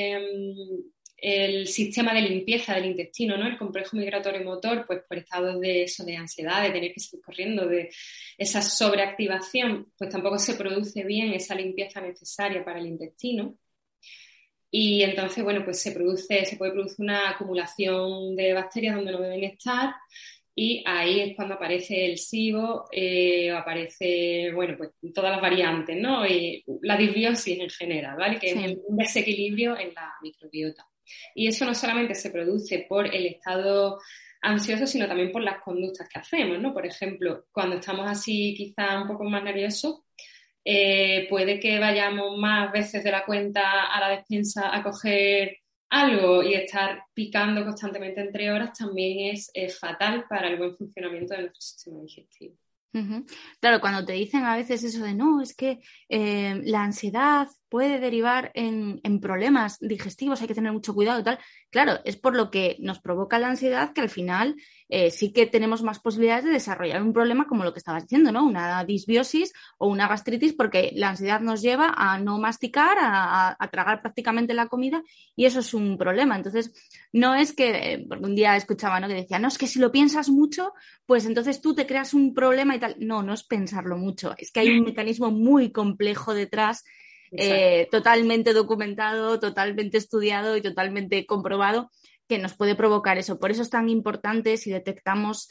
el sistema de limpieza del intestino, ¿no? El complejo migratorio motor, pues por estados de eso, de ansiedad, de tener que seguir corriendo, de esa sobreactivación, pues tampoco se produce bien esa limpieza necesaria para el intestino. Y entonces, bueno, pues se puede producir una acumulación de bacterias donde no deben estar. Y ahí es cuando aparece el SIBO, aparece, bueno, pues todas las variantes, ¿no? Y la disbiosis en general, ¿vale? Que Sí. es un desequilibrio en la microbiota. Y eso no solamente se produce por el estado ansioso, sino también por las conductas que hacemos, ¿no? Por ejemplo, cuando estamos así quizá un poco más nerviosos, puede que vayamos más veces de la cuenta a la despensa a coger algo y estar picando constantemente entre horas también es fatal para el buen funcionamiento de nuestro sistema digestivo. Uh-huh. Claro, cuando te dicen a veces eso de no, es que la ansiedad puede derivar en problemas digestivos, hay que tener mucho cuidado y tal. Claro, es por lo que nos provoca la ansiedad que al final sí que tenemos más posibilidades de desarrollar un problema como lo que estabas diciendo, ¿no? Una disbiosis o una gastritis, porque la ansiedad nos lleva a no masticar, a tragar prácticamente la comida y eso es un problema. Entonces, no es que, porque un día escuchaba, ¿no? Que decía, no, es que si lo piensas mucho, pues entonces tú te creas un problema y tal. No, no es pensarlo mucho, es que hay un mecanismo muy complejo detrás, totalmente documentado, totalmente estudiado y totalmente comprobado que nos puede provocar eso. Por eso es tan importante si detectamos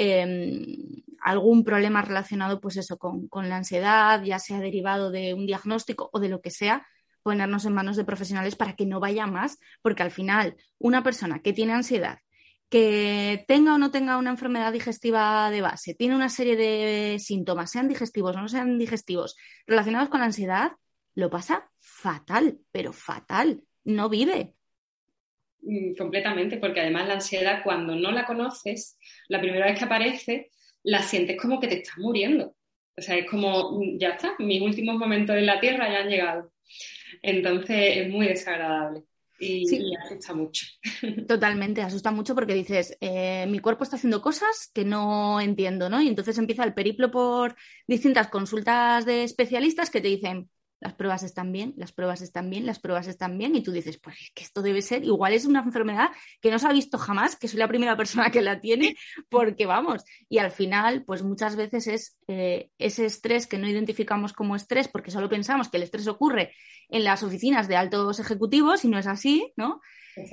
algún problema relacionado pues eso, con la ansiedad, ya sea derivado de un diagnóstico o de lo que sea, ponernos en manos de profesionales para que no vaya más, porque al final una persona que tiene ansiedad, que tenga o no tenga una enfermedad digestiva de base, tiene una serie de síntomas, sean digestivos o no sean digestivos, relacionados con la ansiedad, lo pasa fatal, pero fatal, no vive. Completamente, porque además la ansiedad, cuando no la conoces, la primera vez que aparece, la sientes como que te estás muriendo. O sea, es como, ya está, mis últimos momentos en la Tierra ya han llegado. Entonces es muy desagradable y asusta mucho. Totalmente, asusta mucho porque dices, mi cuerpo está haciendo cosas que no entiendo, ¿no? Y entonces empieza el periplo por distintas consultas de especialistas que te dicen, las pruebas están bien, las pruebas están bien, las pruebas están bien, y tú dices, pues es que esto debe ser, igual es una enfermedad que no se ha visto jamás, que soy la primera persona que la tiene, porque vamos, y al final, pues muchas veces es ese estrés que no identificamos como estrés, porque solo pensamos que el estrés ocurre en las oficinas de altos ejecutivos y no es así, ¿no?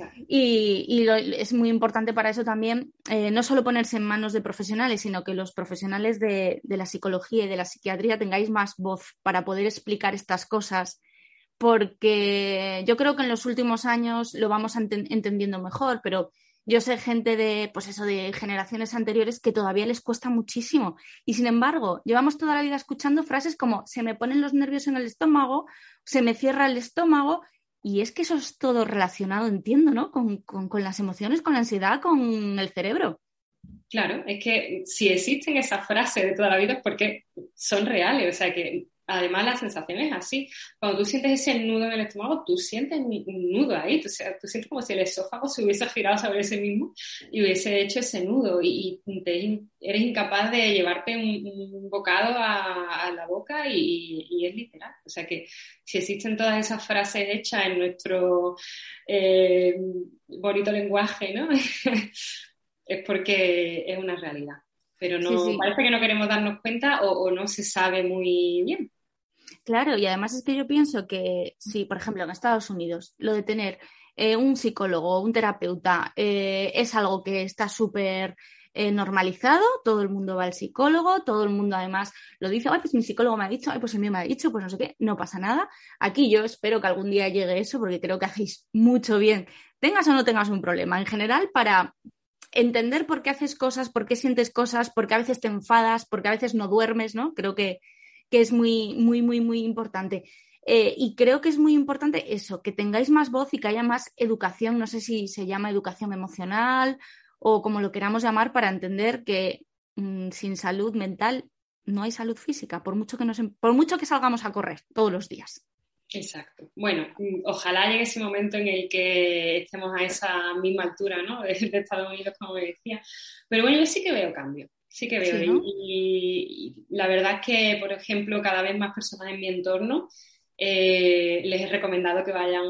Es muy importante para eso también no solo ponerse en manos de profesionales, sino que los profesionales de la psicología y de la psiquiatría tengáis más voz para poder explicar estas cosas, porque yo creo que en los últimos años lo vamos entendiendo mejor, pero yo sé gente de, pues eso, de generaciones anteriores que todavía les cuesta muchísimo y sin embargo llevamos toda la vida escuchando frases como se me ponen los nervios en el estómago, se me cierra el estómago. Y es que eso es todo relacionado, entiendo, ¿no? Con las emociones, con la ansiedad, con el cerebro. Claro, es que si existen esas frases de toda la vida es porque son reales, o sea que además la sensación es así. Cuando tú sientes ese nudo en el estómago, tú sientes un nudo ahí, tú sientes como si el esófago se hubiese girado sobre ese mismo y hubiese hecho ese nudo y eres incapaz de llevarte un bocado a la boca y es literal. O sea que si existen todas esas frases hechas en nuestro bonito lenguaje, ¿no? Es porque es una realidad. Pero no, Sí. parece que no queremos darnos cuenta o no se sabe muy bien. Claro, y además es que yo pienso que si, por ejemplo, en Estados Unidos, lo de tener un psicólogo, un terapeuta, es algo que está súper normalizado, todo el mundo va al psicólogo, todo el mundo además lo dice, ay, pues mi psicólogo me ha dicho, ay, pues el mío me ha dicho, pues no sé qué, no pasa nada. Aquí yo espero que algún día llegue eso porque creo que hacéis mucho bien, tengas o no tengas un problema, en general para entender por qué haces cosas, por qué sientes cosas, por qué a veces te enfadas, por qué a veces no duermes, ¿no? Creo que es muy, muy, muy, muy importante. Y creo que es muy importante eso, que tengáis más voz y que haya más educación, no sé si se llama educación emocional o como lo queramos llamar, para entender que sin salud mental no hay salud física, por mucho que salgamos a correr todos los días. Exacto. Bueno, ojalá llegue ese momento en el que estemos a esa misma altura, ¿no? De Estados Unidos, como me decía. Pero bueno, yo sí que veo cambios, sí que veo. Sí, ¿no? Y la verdad es que, por ejemplo, cada vez más personas en mi entorno les he recomendado que vayan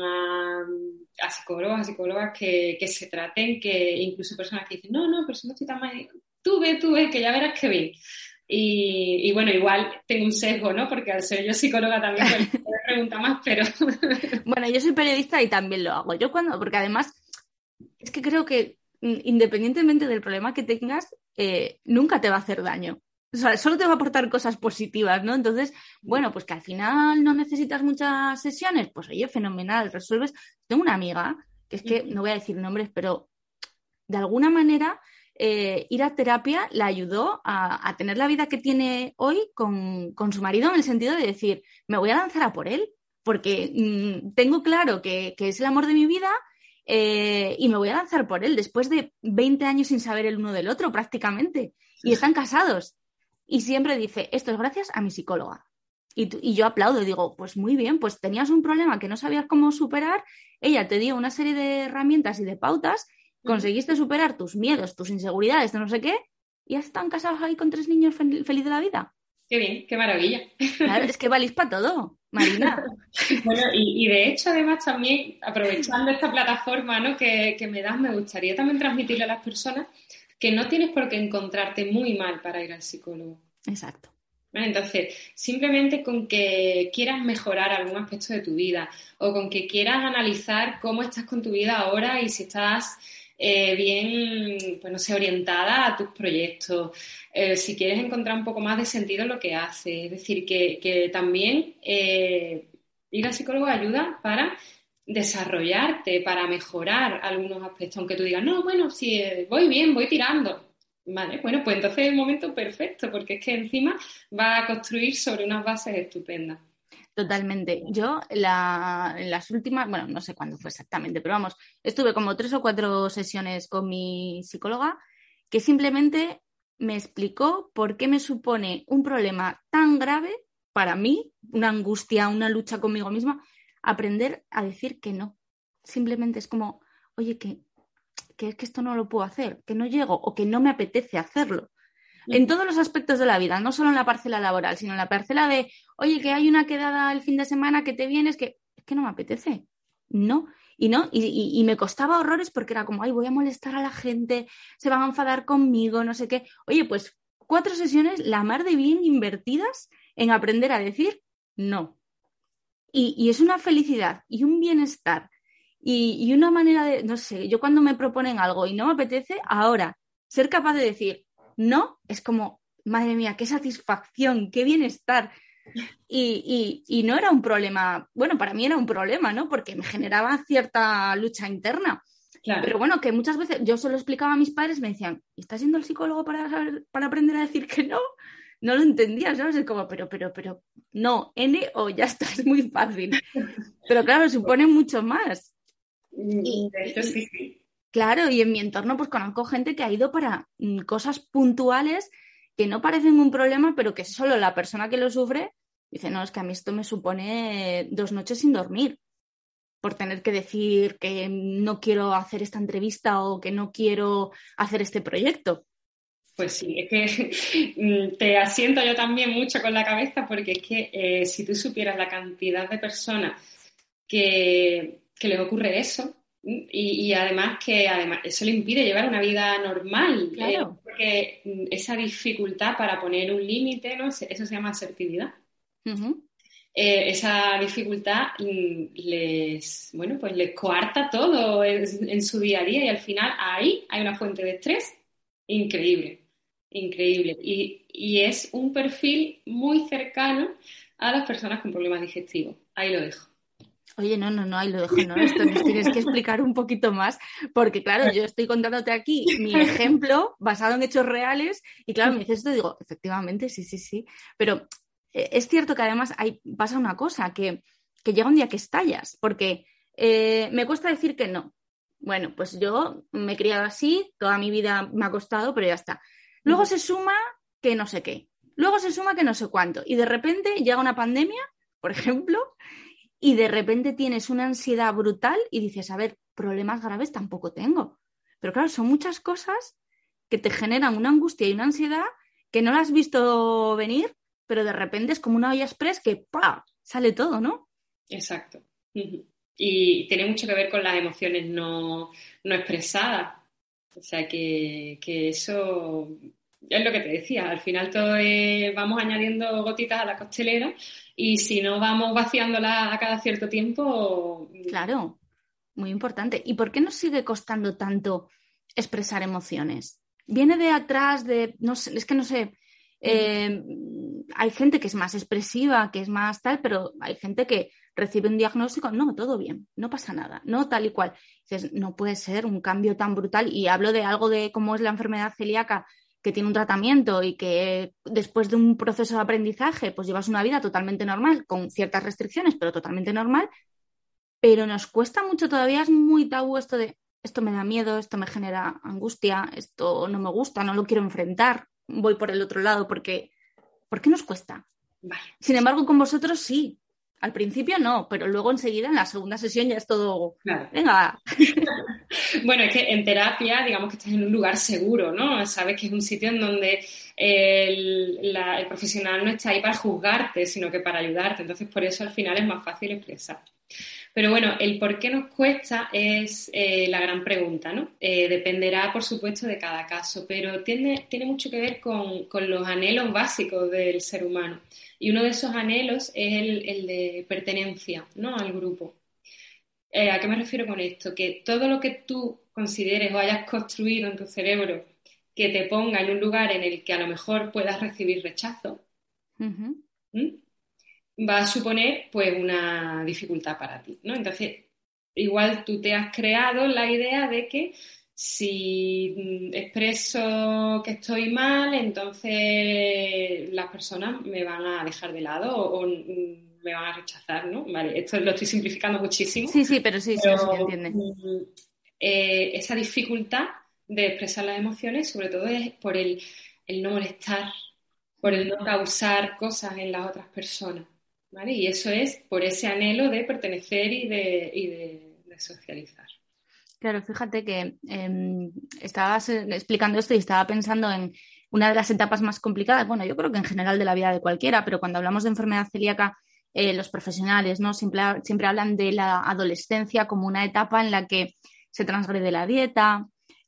a psicólogos, a psicólogas que se traten, que incluso personas que dicen, no, pero si no estoy tan mal, tú ve, que ya verás que bien. Y bueno, igual tengo un sesgo, ¿no? Porque al ser yo psicóloga también me pregunta más, pero... Bueno, yo soy periodista y también lo hago. Porque además es que creo que independientemente del problema que tengas, nunca te va a hacer daño. O sea, solo te va a aportar cosas positivas, ¿no? Entonces, bueno, pues que al final no necesitas muchas sesiones, pues oye, fenomenal, resuelves. Tengo una amiga, que es que no voy a decir nombres, pero de alguna manera ir a terapia la ayudó a tener la vida que tiene hoy con su marido, en el sentido de decir, me voy a lanzar a por él, porque tengo claro que es el amor de mi vida. Y me voy a lanzar por él después de 20 años sin saber el uno del otro prácticamente. Y están casados. Y siempre dice, esto es gracias a mi psicóloga. Y yo aplaudo y digo, pues muy bien, pues tenías un problema que no sabías cómo superar, ella te dio una serie de herramientas y de pautas, conseguiste superar tus miedos, tus inseguridades, no sé qué, y ya están casados ahí con 3 niños feliz de la vida. Qué bien, qué maravilla. Claro, es que valís para todo, Marina. Bueno, y de hecho, además, también, aprovechando esta plataforma, ¿no? que me das, me gustaría también transmitirle a las personas que no tienes por qué encontrarte muy mal para ir al psicólogo. Exacto. ¿Vale? Entonces, simplemente con que quieras mejorar algún aspecto de tu vida o con que quieras analizar cómo estás con tu vida ahora y si estás bien, pues no sé, orientada a tus proyectos, si quieres encontrar un poco más de sentido en lo que haces. Es decir, que también ir al psicólogo ayuda para desarrollarte, para mejorar algunos aspectos, aunque tú digas, no, bueno, si voy bien, voy tirando. Vale, bueno, pues entonces es el momento perfecto, porque es que encima va a construir sobre unas bases estupendas. Totalmente. Yo en las últimas, bueno, no sé cuándo fue exactamente, pero vamos, estuve como 3 o 4 sesiones con mi psicóloga que simplemente me explicó por qué me supone un problema tan grave para mí, una angustia, una lucha conmigo misma, aprender a decir que no. Simplemente es como, oye, que es que esto no lo puedo hacer, que no llego o que no me apetece hacerlo. En todos los aspectos de la vida, no solo en la parcela laboral, sino en la parcela de, oye, que hay una quedada el fin de semana que te vienes, que es que no me apetece. No. Y me costaba horrores porque era como, ay, voy a molestar a la gente, se van a enfadar conmigo, no sé qué. Oye, pues 4 sesiones la mar de bien invertidas en aprender a decir no. Y es una felicidad y un bienestar y una manera de, no sé, yo cuando me proponen algo y no me apetece, ahora ser capaz de decir no es como, madre mía, qué satisfacción, qué bienestar. Y no era un problema, bueno, para mí era un problema, ¿no? Porque me generaba cierta lucha interna. Claro. Pero bueno, que muchas veces yo se lo explicaba a mis padres, me decían, ¿estás yendo al psicólogo para aprender a decir que no? No lo entendía, ¿sabes? Es como, pero, no, N o ya está, es muy fácil. Pero claro, supone mucho más. De hecho, sí. Claro, y en mi entorno pues conozco gente que ha ido para cosas puntuales que no parecen un problema, pero que solo la persona que lo sufre dice, no, es que a mí esto me supone 2 noches sin dormir por tener que decir que no quiero hacer esta entrevista o que no quiero hacer este proyecto. Pues sí, es que te asiento yo también mucho con la cabeza porque es que si tú supieras la cantidad de personas que les ocurre eso y además eso le impide llevar una vida normal, Claro. porque esa dificultad para poner un límite, ¿no? Eso se llama asertividad. Uh-huh. Esa dificultad les coarta todo en su día a día y al final ahí hay una fuente de estrés Increíble, increíble. Y es un perfil muy cercano a las personas con problemas digestivos. Ahí lo dejo. Oye, no, ahí lo dejo, no, esto nos tienes que explicar un poquito más, porque claro, yo estoy contándote aquí mi ejemplo basado en hechos reales y claro, me dices esto y digo, efectivamente, sí, pero es cierto que además pasa una cosa, que llega un día que estallas, porque me cuesta decir que no. Bueno, pues yo me he criado así, toda mi vida me ha costado, pero ya está. Luego se suma que no sé qué, luego se suma que no sé cuánto y de repente llega una pandemia, por ejemplo, y de repente tienes una ansiedad brutal y dices, a ver, problemas graves tampoco tengo. Pero claro, son muchas cosas que te generan una angustia y una ansiedad que no las has visto venir, pero de repente es como una olla express que ¡pah! Sale todo, ¿no? Exacto. Y tiene mucho que ver con las emociones no expresadas. O sea que eso es lo que te decía. Al final todo vamos añadiendo gotitas a la costelera y si no vamos vaciándola a cada cierto tiempo. Claro, muy importante. ¿Y por qué nos sigue costando tanto expresar emociones? Viene de atrás de, no sé, es que no sé, hay gente que es más expresiva, que es más tal, pero hay gente que recibe un diagnóstico, no, todo bien, no pasa nada, no tal y cual. Dices, no puede ser un cambio tan brutal y hablo de algo de cómo es la enfermedad celíaca que tiene un tratamiento y que después de un proceso de aprendizaje pues llevas una vida totalmente normal, con ciertas restricciones, pero totalmente normal, pero nos cuesta mucho, todavía es muy tabú esto de esto me da miedo, esto me genera angustia, esto no me gusta, no lo quiero enfrentar, voy por el otro lado porque ¿por qué nos cuesta? Vale. Sin embargo, con vosotros sí. Al principio no, pero luego enseguida en la segunda sesión ya es todo, Claro. venga. Bueno, es que en terapia, digamos que estás en un lugar seguro, ¿no? Sabes que es un sitio en donde el profesional no está ahí para juzgarte, sino que para ayudarte. Entonces, por eso al final es más fácil expresar. Pero bueno, el por qué nos cuesta es la gran pregunta, ¿no? Dependerá, por supuesto, de cada caso, pero tiene mucho que ver con los anhelos básicos del ser humano. Y uno de esos anhelos es el de pertenencia, ¿no? Al grupo. ¿A qué me refiero con esto? Que todo lo que tú consideres o hayas construido en tu cerebro que te ponga en un lugar en el que a lo mejor puedas recibir rechazo, Uh-huh. va a suponer pues una dificultad para ti, ¿no? Entonces, igual tú te has creado la idea de que si expreso que estoy mal, entonces las personas me van a dejar de lado o me van a rechazar, ¿no? Vale, esto lo estoy simplificando muchísimo, Sí, pero sí se pero entiende. esa dificultad de expresar las emociones, sobre todo es por el no molestar, por el no causar cosas en las otras personas, ¿vale? Y eso es por ese anhelo de pertenecer y de socializar. Claro, fíjate que estabas explicando esto y estaba pensando en una de las etapas más complicadas, bueno, yo creo que en general de la vida de cualquiera, pero cuando hablamos de enfermedad celíaca, los profesionales, ¿no? Siempre hablan de la adolescencia como una etapa en la que se transgrede la dieta,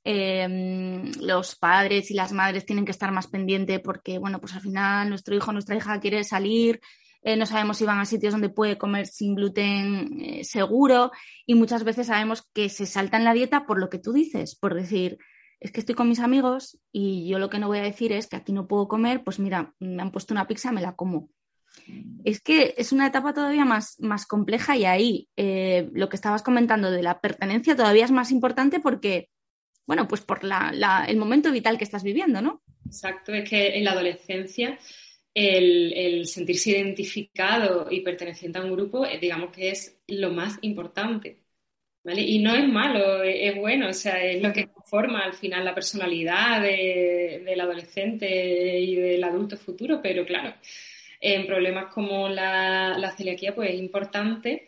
los padres y las madres tienen que estar más pendientes porque, bueno, pues al final nuestro hijo o nuestra hija quiere salir, no sabemos si van a sitios donde puede comer sin gluten seguro y muchas veces sabemos que se saltan la dieta por lo que tú dices, por decir, es que estoy con mis amigos y yo lo que no voy a decir es que aquí no puedo comer, pues mira, me han puesto una pizza, me la como. Es que es una etapa todavía más compleja y ahí lo que estabas comentando de la pertenencia todavía es más importante porque, bueno, pues por el momento vital que estás viviendo, ¿no? Exacto, es que en la adolescencia el sentirse identificado y perteneciente a un grupo, digamos que es lo más importante, ¿vale? Y no es malo, es bueno, o sea, es lo que forma al final la personalidad del adolescente y del adulto futuro, pero claro, en problemas como la celiaquía, pues es importante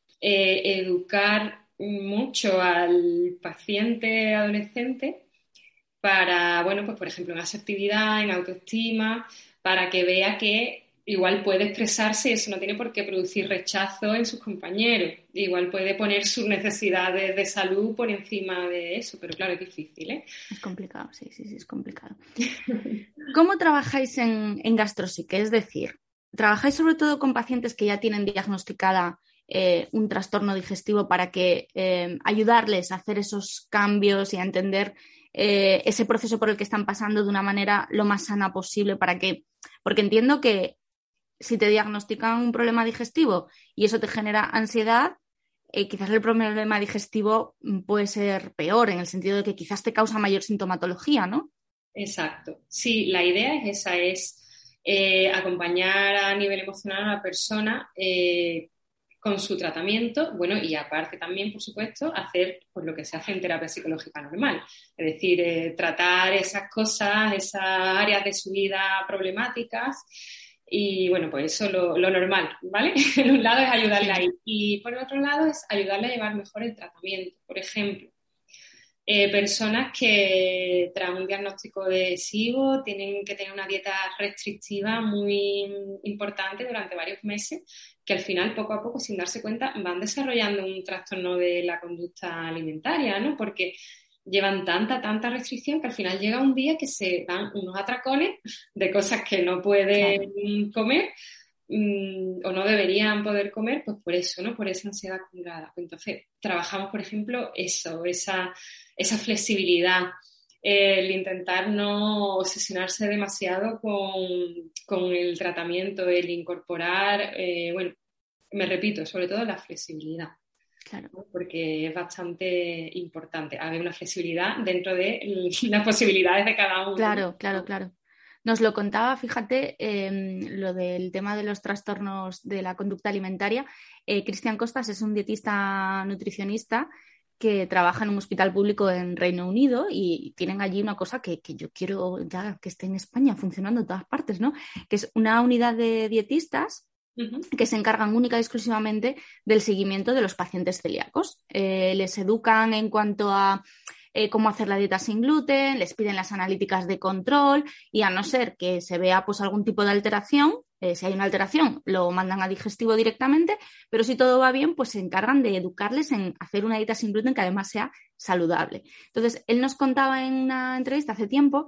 educar mucho al paciente adolescente para, bueno, pues por ejemplo, en asertividad, en autoestima, para que vea que igual puede expresarse y eso no tiene por qué producir rechazo en sus compañeros. Igual puede poner sus necesidades de salud por encima de eso, pero claro, es difícil, ¿eh? Es complicado, sí, es complicado. ¿Cómo trabajáis en GastroPsique? Es decir, ¿trabajáis sobre todo con pacientes que ya tienen diagnosticada un trastorno digestivo para que ayudarles a hacer esos cambios y a entender ese proceso por el que están pasando de una manera lo más sana posible porque entiendo que si te diagnostican un problema digestivo y eso te genera ansiedad, quizás el problema digestivo puede ser peor, en el sentido de que quizás te causa mayor sintomatología, ¿no? Exacto. Sí, la idea es esa, acompañar a nivel emocional a la persona con su tratamiento, bueno, y aparte también, por supuesto, hacer pues, lo que se hace en terapia psicológica normal, es decir, tratar esas cosas, esas áreas de su vida problemáticas y, bueno, pues eso lo normal, ¿vale? En un lado es ayudarle ahí y por el otro lado es ayudarle a llevar mejor el tratamiento. Por ejemplo, personas que tras un diagnóstico de SIBO tienen que tener una dieta restrictiva muy importante durante varios meses, que al final, poco a poco, sin darse cuenta, van desarrollando un trastorno de la conducta alimentaria, ¿no? Porque llevan tanta restricción que al final llega un día que se dan unos atracones de cosas que no pueden comer o no deberían poder comer, pues por eso, ¿no? Por esa ansiedad acumulada. Entonces, trabajamos, por ejemplo, esa flexibilidad, el intentar no obsesionarse demasiado con el tratamiento, el incorporar, bueno, me repito, sobre todo la flexibilidad. Claro. ¿No? Porque es bastante importante haber una flexibilidad dentro de las posibilidades de cada uno. Claro. Nos lo contaba, fíjate, lo del tema de los trastornos de la conducta alimentaria. Cristian Costas es un dietista nutricionista que trabaja en un hospital público en Reino Unido y tienen allí una cosa que yo quiero ya que esté en España funcionando en todas partes, ¿no? Que es una unidad de dietistas que se encargan única y exclusivamente del seguimiento de los pacientes celíacos. Les educan en cuanto a cómo hacer la dieta sin gluten, les piden las analíticas de control y a no ser que se vea pues, algún tipo de alteración, si hay una alteración lo mandan a digestivo directamente, pero si todo va bien pues se encargan de educarles en hacer una dieta sin gluten que además sea saludable. Entonces, él nos contaba en una entrevista hace tiempo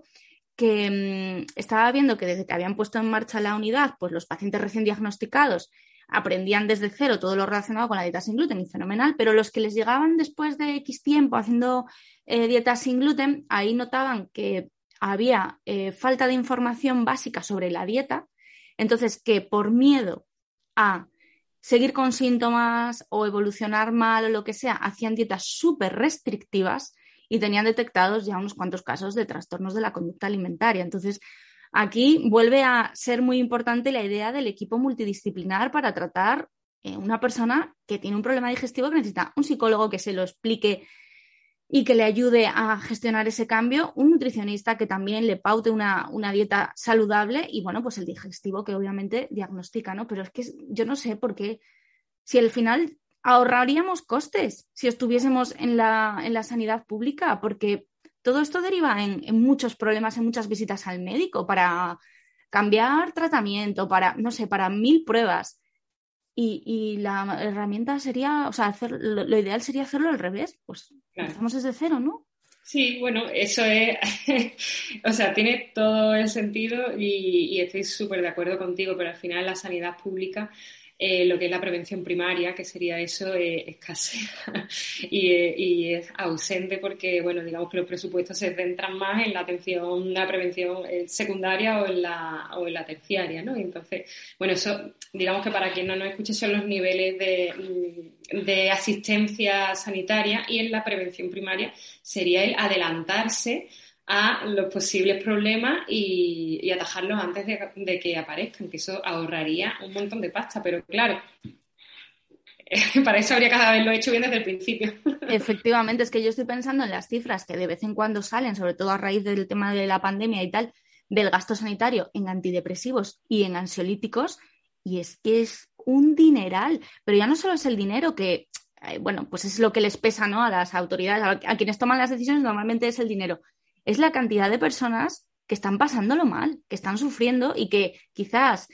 que estaba viendo que desde que habían puesto en marcha la unidad, pues los pacientes recién diagnosticados aprendían desde cero todo lo relacionado con la dieta sin gluten y fenomenal, pero los que les llegaban después de X tiempo haciendo dieta sin gluten, ahí notaban que había falta de información básica sobre la dieta, entonces que por miedo a seguir con síntomas o evolucionar mal o lo que sea, hacían dietas súper restrictivas y tenían detectados ya unos cuantos casos de trastornos de la conducta alimentaria. Entonces, aquí vuelve a ser muy importante la idea del equipo multidisciplinar para tratar una persona que tiene un problema digestivo que necesita un psicólogo que se lo explique y que le ayude a gestionar ese cambio, un nutricionista que también le paute una dieta saludable y, bueno, pues el digestivo que obviamente diagnostica, ¿no? Pero es que yo no sé por qué, si al final ahorraríamos costes si estuviésemos en la sanidad pública, porque todo esto deriva en muchos problemas, en muchas visitas al médico para cambiar tratamiento, para, no sé, para 1000 pruebas. Y la herramienta sería, o sea, lo ideal sería hacerlo al revés, pues empezamos desde cero, ¿no? Sí, bueno, eso es, o sea, tiene todo el sentido y estoy súper de acuerdo contigo, pero al final la sanidad pública, lo que es la prevención primaria, que sería eso, escasea y es ausente porque, bueno, digamos que los presupuestos se centran más en la atención, la prevención secundaria o en la terciaria, ¿no? Y entonces, bueno, eso, digamos que para quien no nos escuche son los niveles de asistencia sanitaria y en la prevención primaria sería el adelantarse a los posibles problemas y atajarlos antes de que aparezcan, que eso ahorraría un montón de pasta, pero claro, para eso habría que haberlo hecho bien desde el principio. Efectivamente, es que yo estoy pensando en las cifras que de vez en cuando salen, sobre todo a raíz del tema de la pandemia y tal, del gasto sanitario en antidepresivos y en ansiolíticos, y es que es un dineral, pero ya no solo es el dinero que, bueno, pues es lo que les pesa, ¿no? A las autoridades, a quienes toman las decisiones normalmente es el dinero, es la cantidad de personas que están pasándolo mal, que están sufriendo y que quizás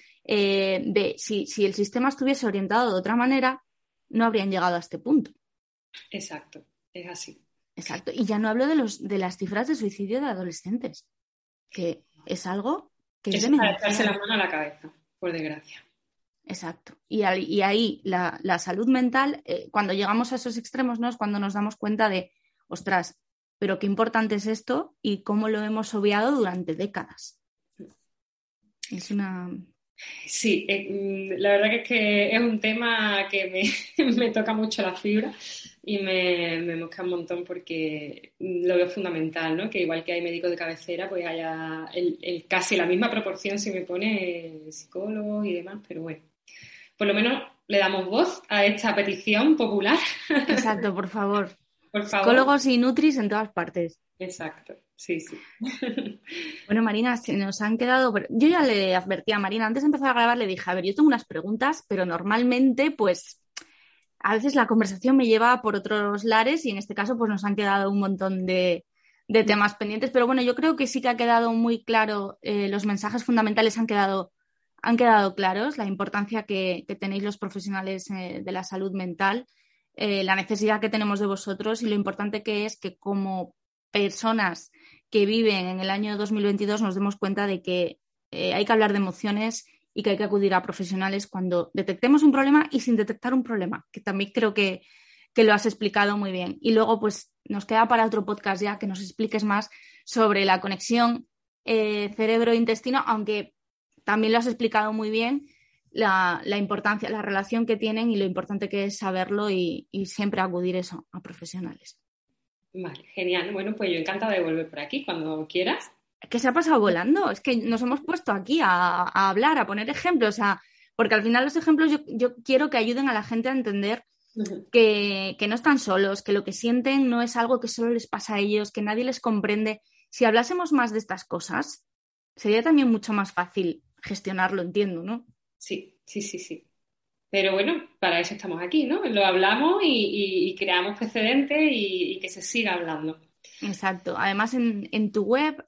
si el sistema estuviese orientado de otra manera, no habrían llegado a este punto. Exacto, es así. Exacto. Y ya no hablo de las cifras de suicidio de adolescentes, que es algo que es eso es para echarse la mano a la cabeza, por desgracia. Exacto. Y ahí la salud mental, cuando llegamos a esos extremos, ¿no? Es cuando nos damos cuenta de, ostras, pero qué importante es esto y cómo lo hemos obviado durante décadas. Es una... Sí, la verdad que es un tema que me toca mucho la fibra y me mosquea un montón porque lo veo fundamental, ¿no? Que igual que hay médicos de cabecera, pues haya casi la misma proporción, si me pone, psicólogos y demás, pero bueno, por lo menos le damos voz a esta petición popular. Exacto, por favor. Por favor. Psicólogos y nutris en todas partes. Exacto, sí, sí. Bueno, Marina, se nos han quedado... Yo ya le advertí a Marina, antes de empezar a grabar le dije, a ver, yo tengo unas preguntas, pero normalmente, pues, a veces la conversación me lleva por otros lares y en este caso, pues, nos han quedado un montón de temas pendientes. Pero bueno, yo creo que sí que ha quedado muy claro, los mensajes fundamentales han quedado claros, la importancia que tenéis los profesionales de la salud mental, la necesidad que tenemos de vosotros y lo importante que es que como personas que viven en el año 2022 nos demos cuenta de que hay que hablar de emociones y que hay que acudir a profesionales cuando detectemos un problema y sin detectar un problema, que también creo que lo has explicado muy bien. Y luego, pues, nos queda para otro podcast ya que nos expliques más sobre la conexión cerebro-intestino, aunque también lo has explicado muy bien, la importancia, la relación que tienen y lo importante que es saberlo y siempre acudir eso a profesionales. Vale, genial. Bueno, pues yo encantada de volver por aquí cuando quieras. Que se ha pasado volando, es que nos hemos puesto aquí a hablar, a poner ejemplos, porque al final los ejemplos yo quiero que ayuden a la gente a entender que no están solos, que lo que sienten no es algo que solo les pasa a ellos, que nadie les comprende. Si hablásemos más de estas cosas, sería también mucho más fácil gestionarlo, entiendo, ¿no? Sí, sí, sí, sí. Pero bueno, para eso estamos aquí, ¿no? Lo hablamos y creamos precedentes y que se siga hablando. Exacto. Además, en tu web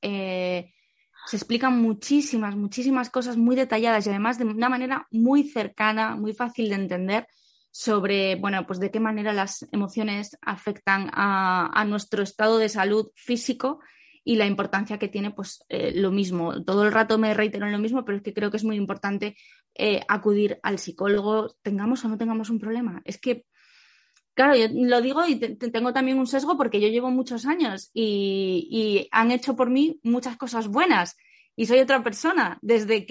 se explican muchísimas cosas muy detalladas y además de una manera muy cercana, muy fácil de entender sobre, bueno, pues de qué manera las emociones afectan a nuestro estado de salud físico y la importancia que tiene, pues lo mismo. Todo el rato me reitero en lo mismo, pero es que creo que es muy importante acudir al psicólogo, tengamos o no tengamos un problema. Es que claro, yo lo digo y tengo también un sesgo porque yo llevo muchos años y han hecho por mí muchas cosas buenas y soy otra persona desde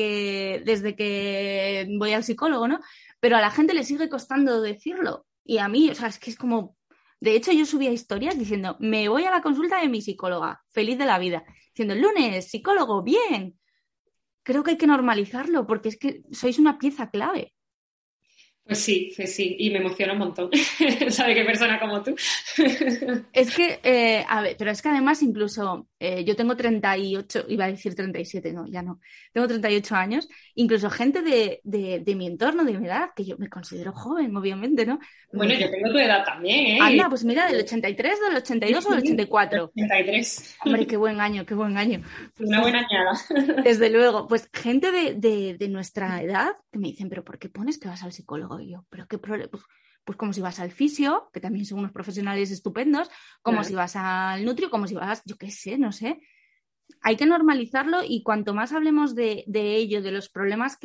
que voy al psicólogo, ¿no? Pero a la gente le sigue costando decirlo y a mí, o sea, es que es como... De hecho, yo subía historias diciendo, me voy a la consulta de mi psicóloga, feliz de la vida, diciendo, el lunes, psicólogo, bien. Creo que hay que normalizarlo porque es que sois una pieza clave. Pues sí, y me emociona un montón. ¿Sabe qué persona como tú? Es que, a ver, pero es que además incluso yo tengo 38, iba a decir 37, no, ya no, tengo 38 años, incluso gente de mi entorno, de mi edad, que yo me considero joven, obviamente, ¿no? Me Bueno, yo dicen, tengo tu edad también, ¿eh? anda, pues mira, del 83, del 82 o del 84. 83. Hombre, qué buen año, qué buen año. Pues Una buena añada. desde luego, pues gente de nuestra edad que me dicen, pero ¿por qué pones que vas al psicólogo? Y yo, pero qué problema, pues como si vas al fisio, que también son unos profesionales estupendos, como Claro. si vas al nutrio, como si vas, yo qué sé, no sé. Hay que normalizarlo y cuanto más hablemos de ello, de los problemas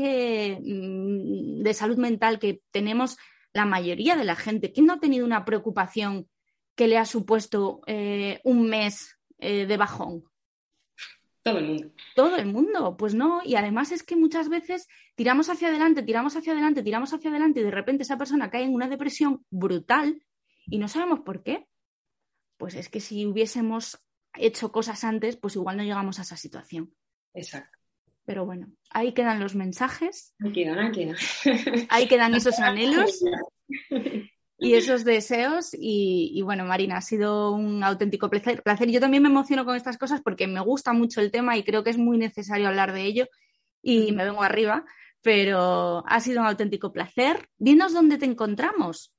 de salud mental que tenemos la mayoría de la gente, ¿quién no ha tenido una preocupación que le ha supuesto un mes de bajón? Todo el mundo. Todo el mundo, pues no, y además es que muchas veces tiramos hacia adelante y de repente esa persona cae en una depresión brutal y no sabemos por qué. Pues es que si hubiésemos hecho cosas antes, pues igual no llegamos a esa situación. Exacto. Pero bueno, ahí quedan los mensajes, Aquí quedan. ahí quedan esos anhelos y esos deseos y bueno, Marina, ha sido un auténtico placer. Yo también me emociono con estas cosas porque me gusta mucho el tema y creo que es muy necesario hablar de ello y me vengo arriba, pero ha sido un auténtico placer. Dinos dónde te encontramos.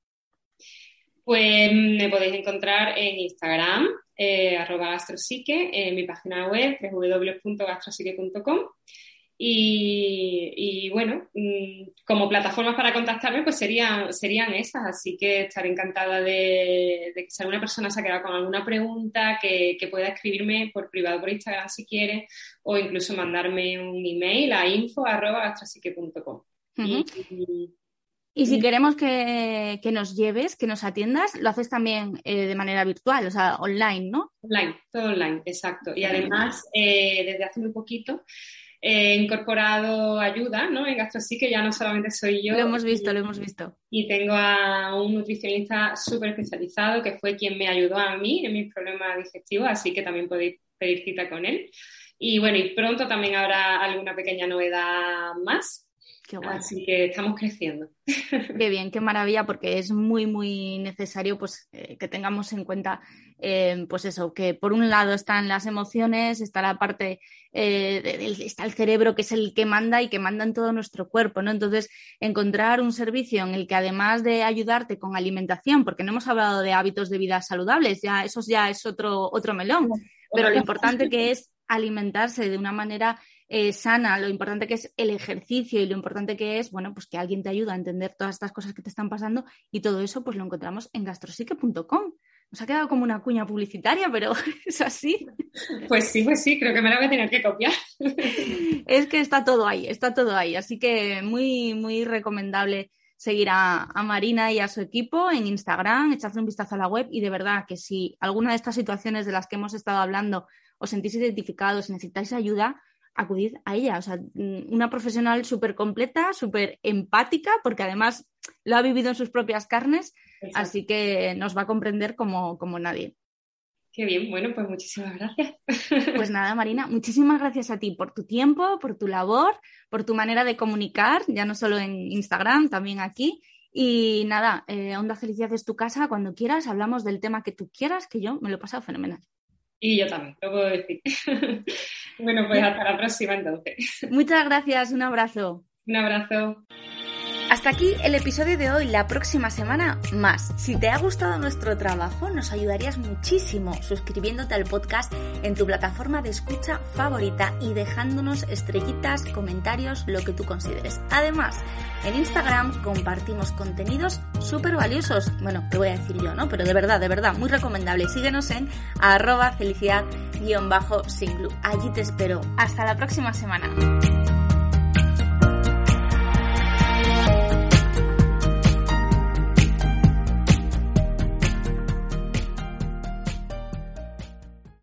Pues me podéis encontrar en Instagram, @gastrosique, en mi página web, www.gastrosique.com. Y bueno, como plataformas para contactarme, pues serían esas. Así que estaré encantada de que si alguna persona se ha quedado con alguna pregunta, que pueda escribirme por privado por Instagram si quiere, o incluso mandarme un email a info@gastrosique.com. Uh-huh. Y si queremos que nos lleves, que nos atiendas, lo haces también de manera virtual, o sea, online, ¿no? Online, todo online, exacto. Y además, desde hace muy poquito he incorporado ayuda, ¿no? En GastroSí, que ya no solamente soy yo. Lo hemos visto. Y tengo a un nutricionista súper especializado que fue quien me ayudó a mí en mis problemas digestivos, así que también podéis pedir cita con él. Y bueno, y pronto también habrá alguna pequeña novedad más. Qué guay. Así que estamos creciendo. Qué bien, qué maravilla, porque es muy, muy necesario pues, que tengamos en cuenta pues eso, que por un lado están las emociones, está la parte, está el cerebro, que es el que manda y que manda en todo nuestro cuerpo, ¿no? Entonces, encontrar un servicio en el que además de ayudarte con alimentación, porque no hemos hablado de hábitos de vida saludables, eso ya es otro melón, pero lo importante que es alimentarse de una manera sana, lo importante que es el ejercicio y lo importante que es, bueno, pues que alguien te ayude a entender todas estas cosas que te están pasando, y todo eso pues lo encontramos en gastrosique.com. Nos ha quedado como una cuña publicitaria, pero es así. Pues sí, creo que me la voy a tener que copiar. Es que está todo ahí, así que muy, muy recomendable seguir a Marina y a su equipo en Instagram, echadle un vistazo a la web, y de verdad que si alguna de estas situaciones de las que hemos estado hablando os sentís identificados, si necesitáis ayuda, acudid a ella. O sea, una profesional súper completa, súper empática, porque además lo ha vivido en sus propias carnes. Exacto. Así que nos va a comprender como nadie. Qué bien, bueno, pues muchísimas gracias. Pues nada, Marina, muchísimas gracias a ti por tu tiempo, por tu labor, por tu manera de comunicar, ya no solo en Instagram, también aquí. Y nada, Onda Felicidad es tu casa, cuando quieras, hablamos del tema que tú quieras, que yo me lo he pasado fenomenal. Y yo también, lo puedo decir. Bueno, pues hasta la próxima entonces. Muchas gracias, un abrazo. Un abrazo. Hasta aquí el episodio de hoy, la próxima semana más. Si te ha gustado nuestro trabajo, nos ayudarías muchísimo suscribiéndote al podcast en tu plataforma de escucha favorita y dejándonos estrellitas, comentarios, lo que tú consideres. Además, en Instagram compartimos contenidos súper valiosos. Bueno, te voy a decir yo, ¿no? Pero de verdad, muy recomendable. Síguenos en @felicidad_singlu. Allí te espero. Hasta la próxima semana.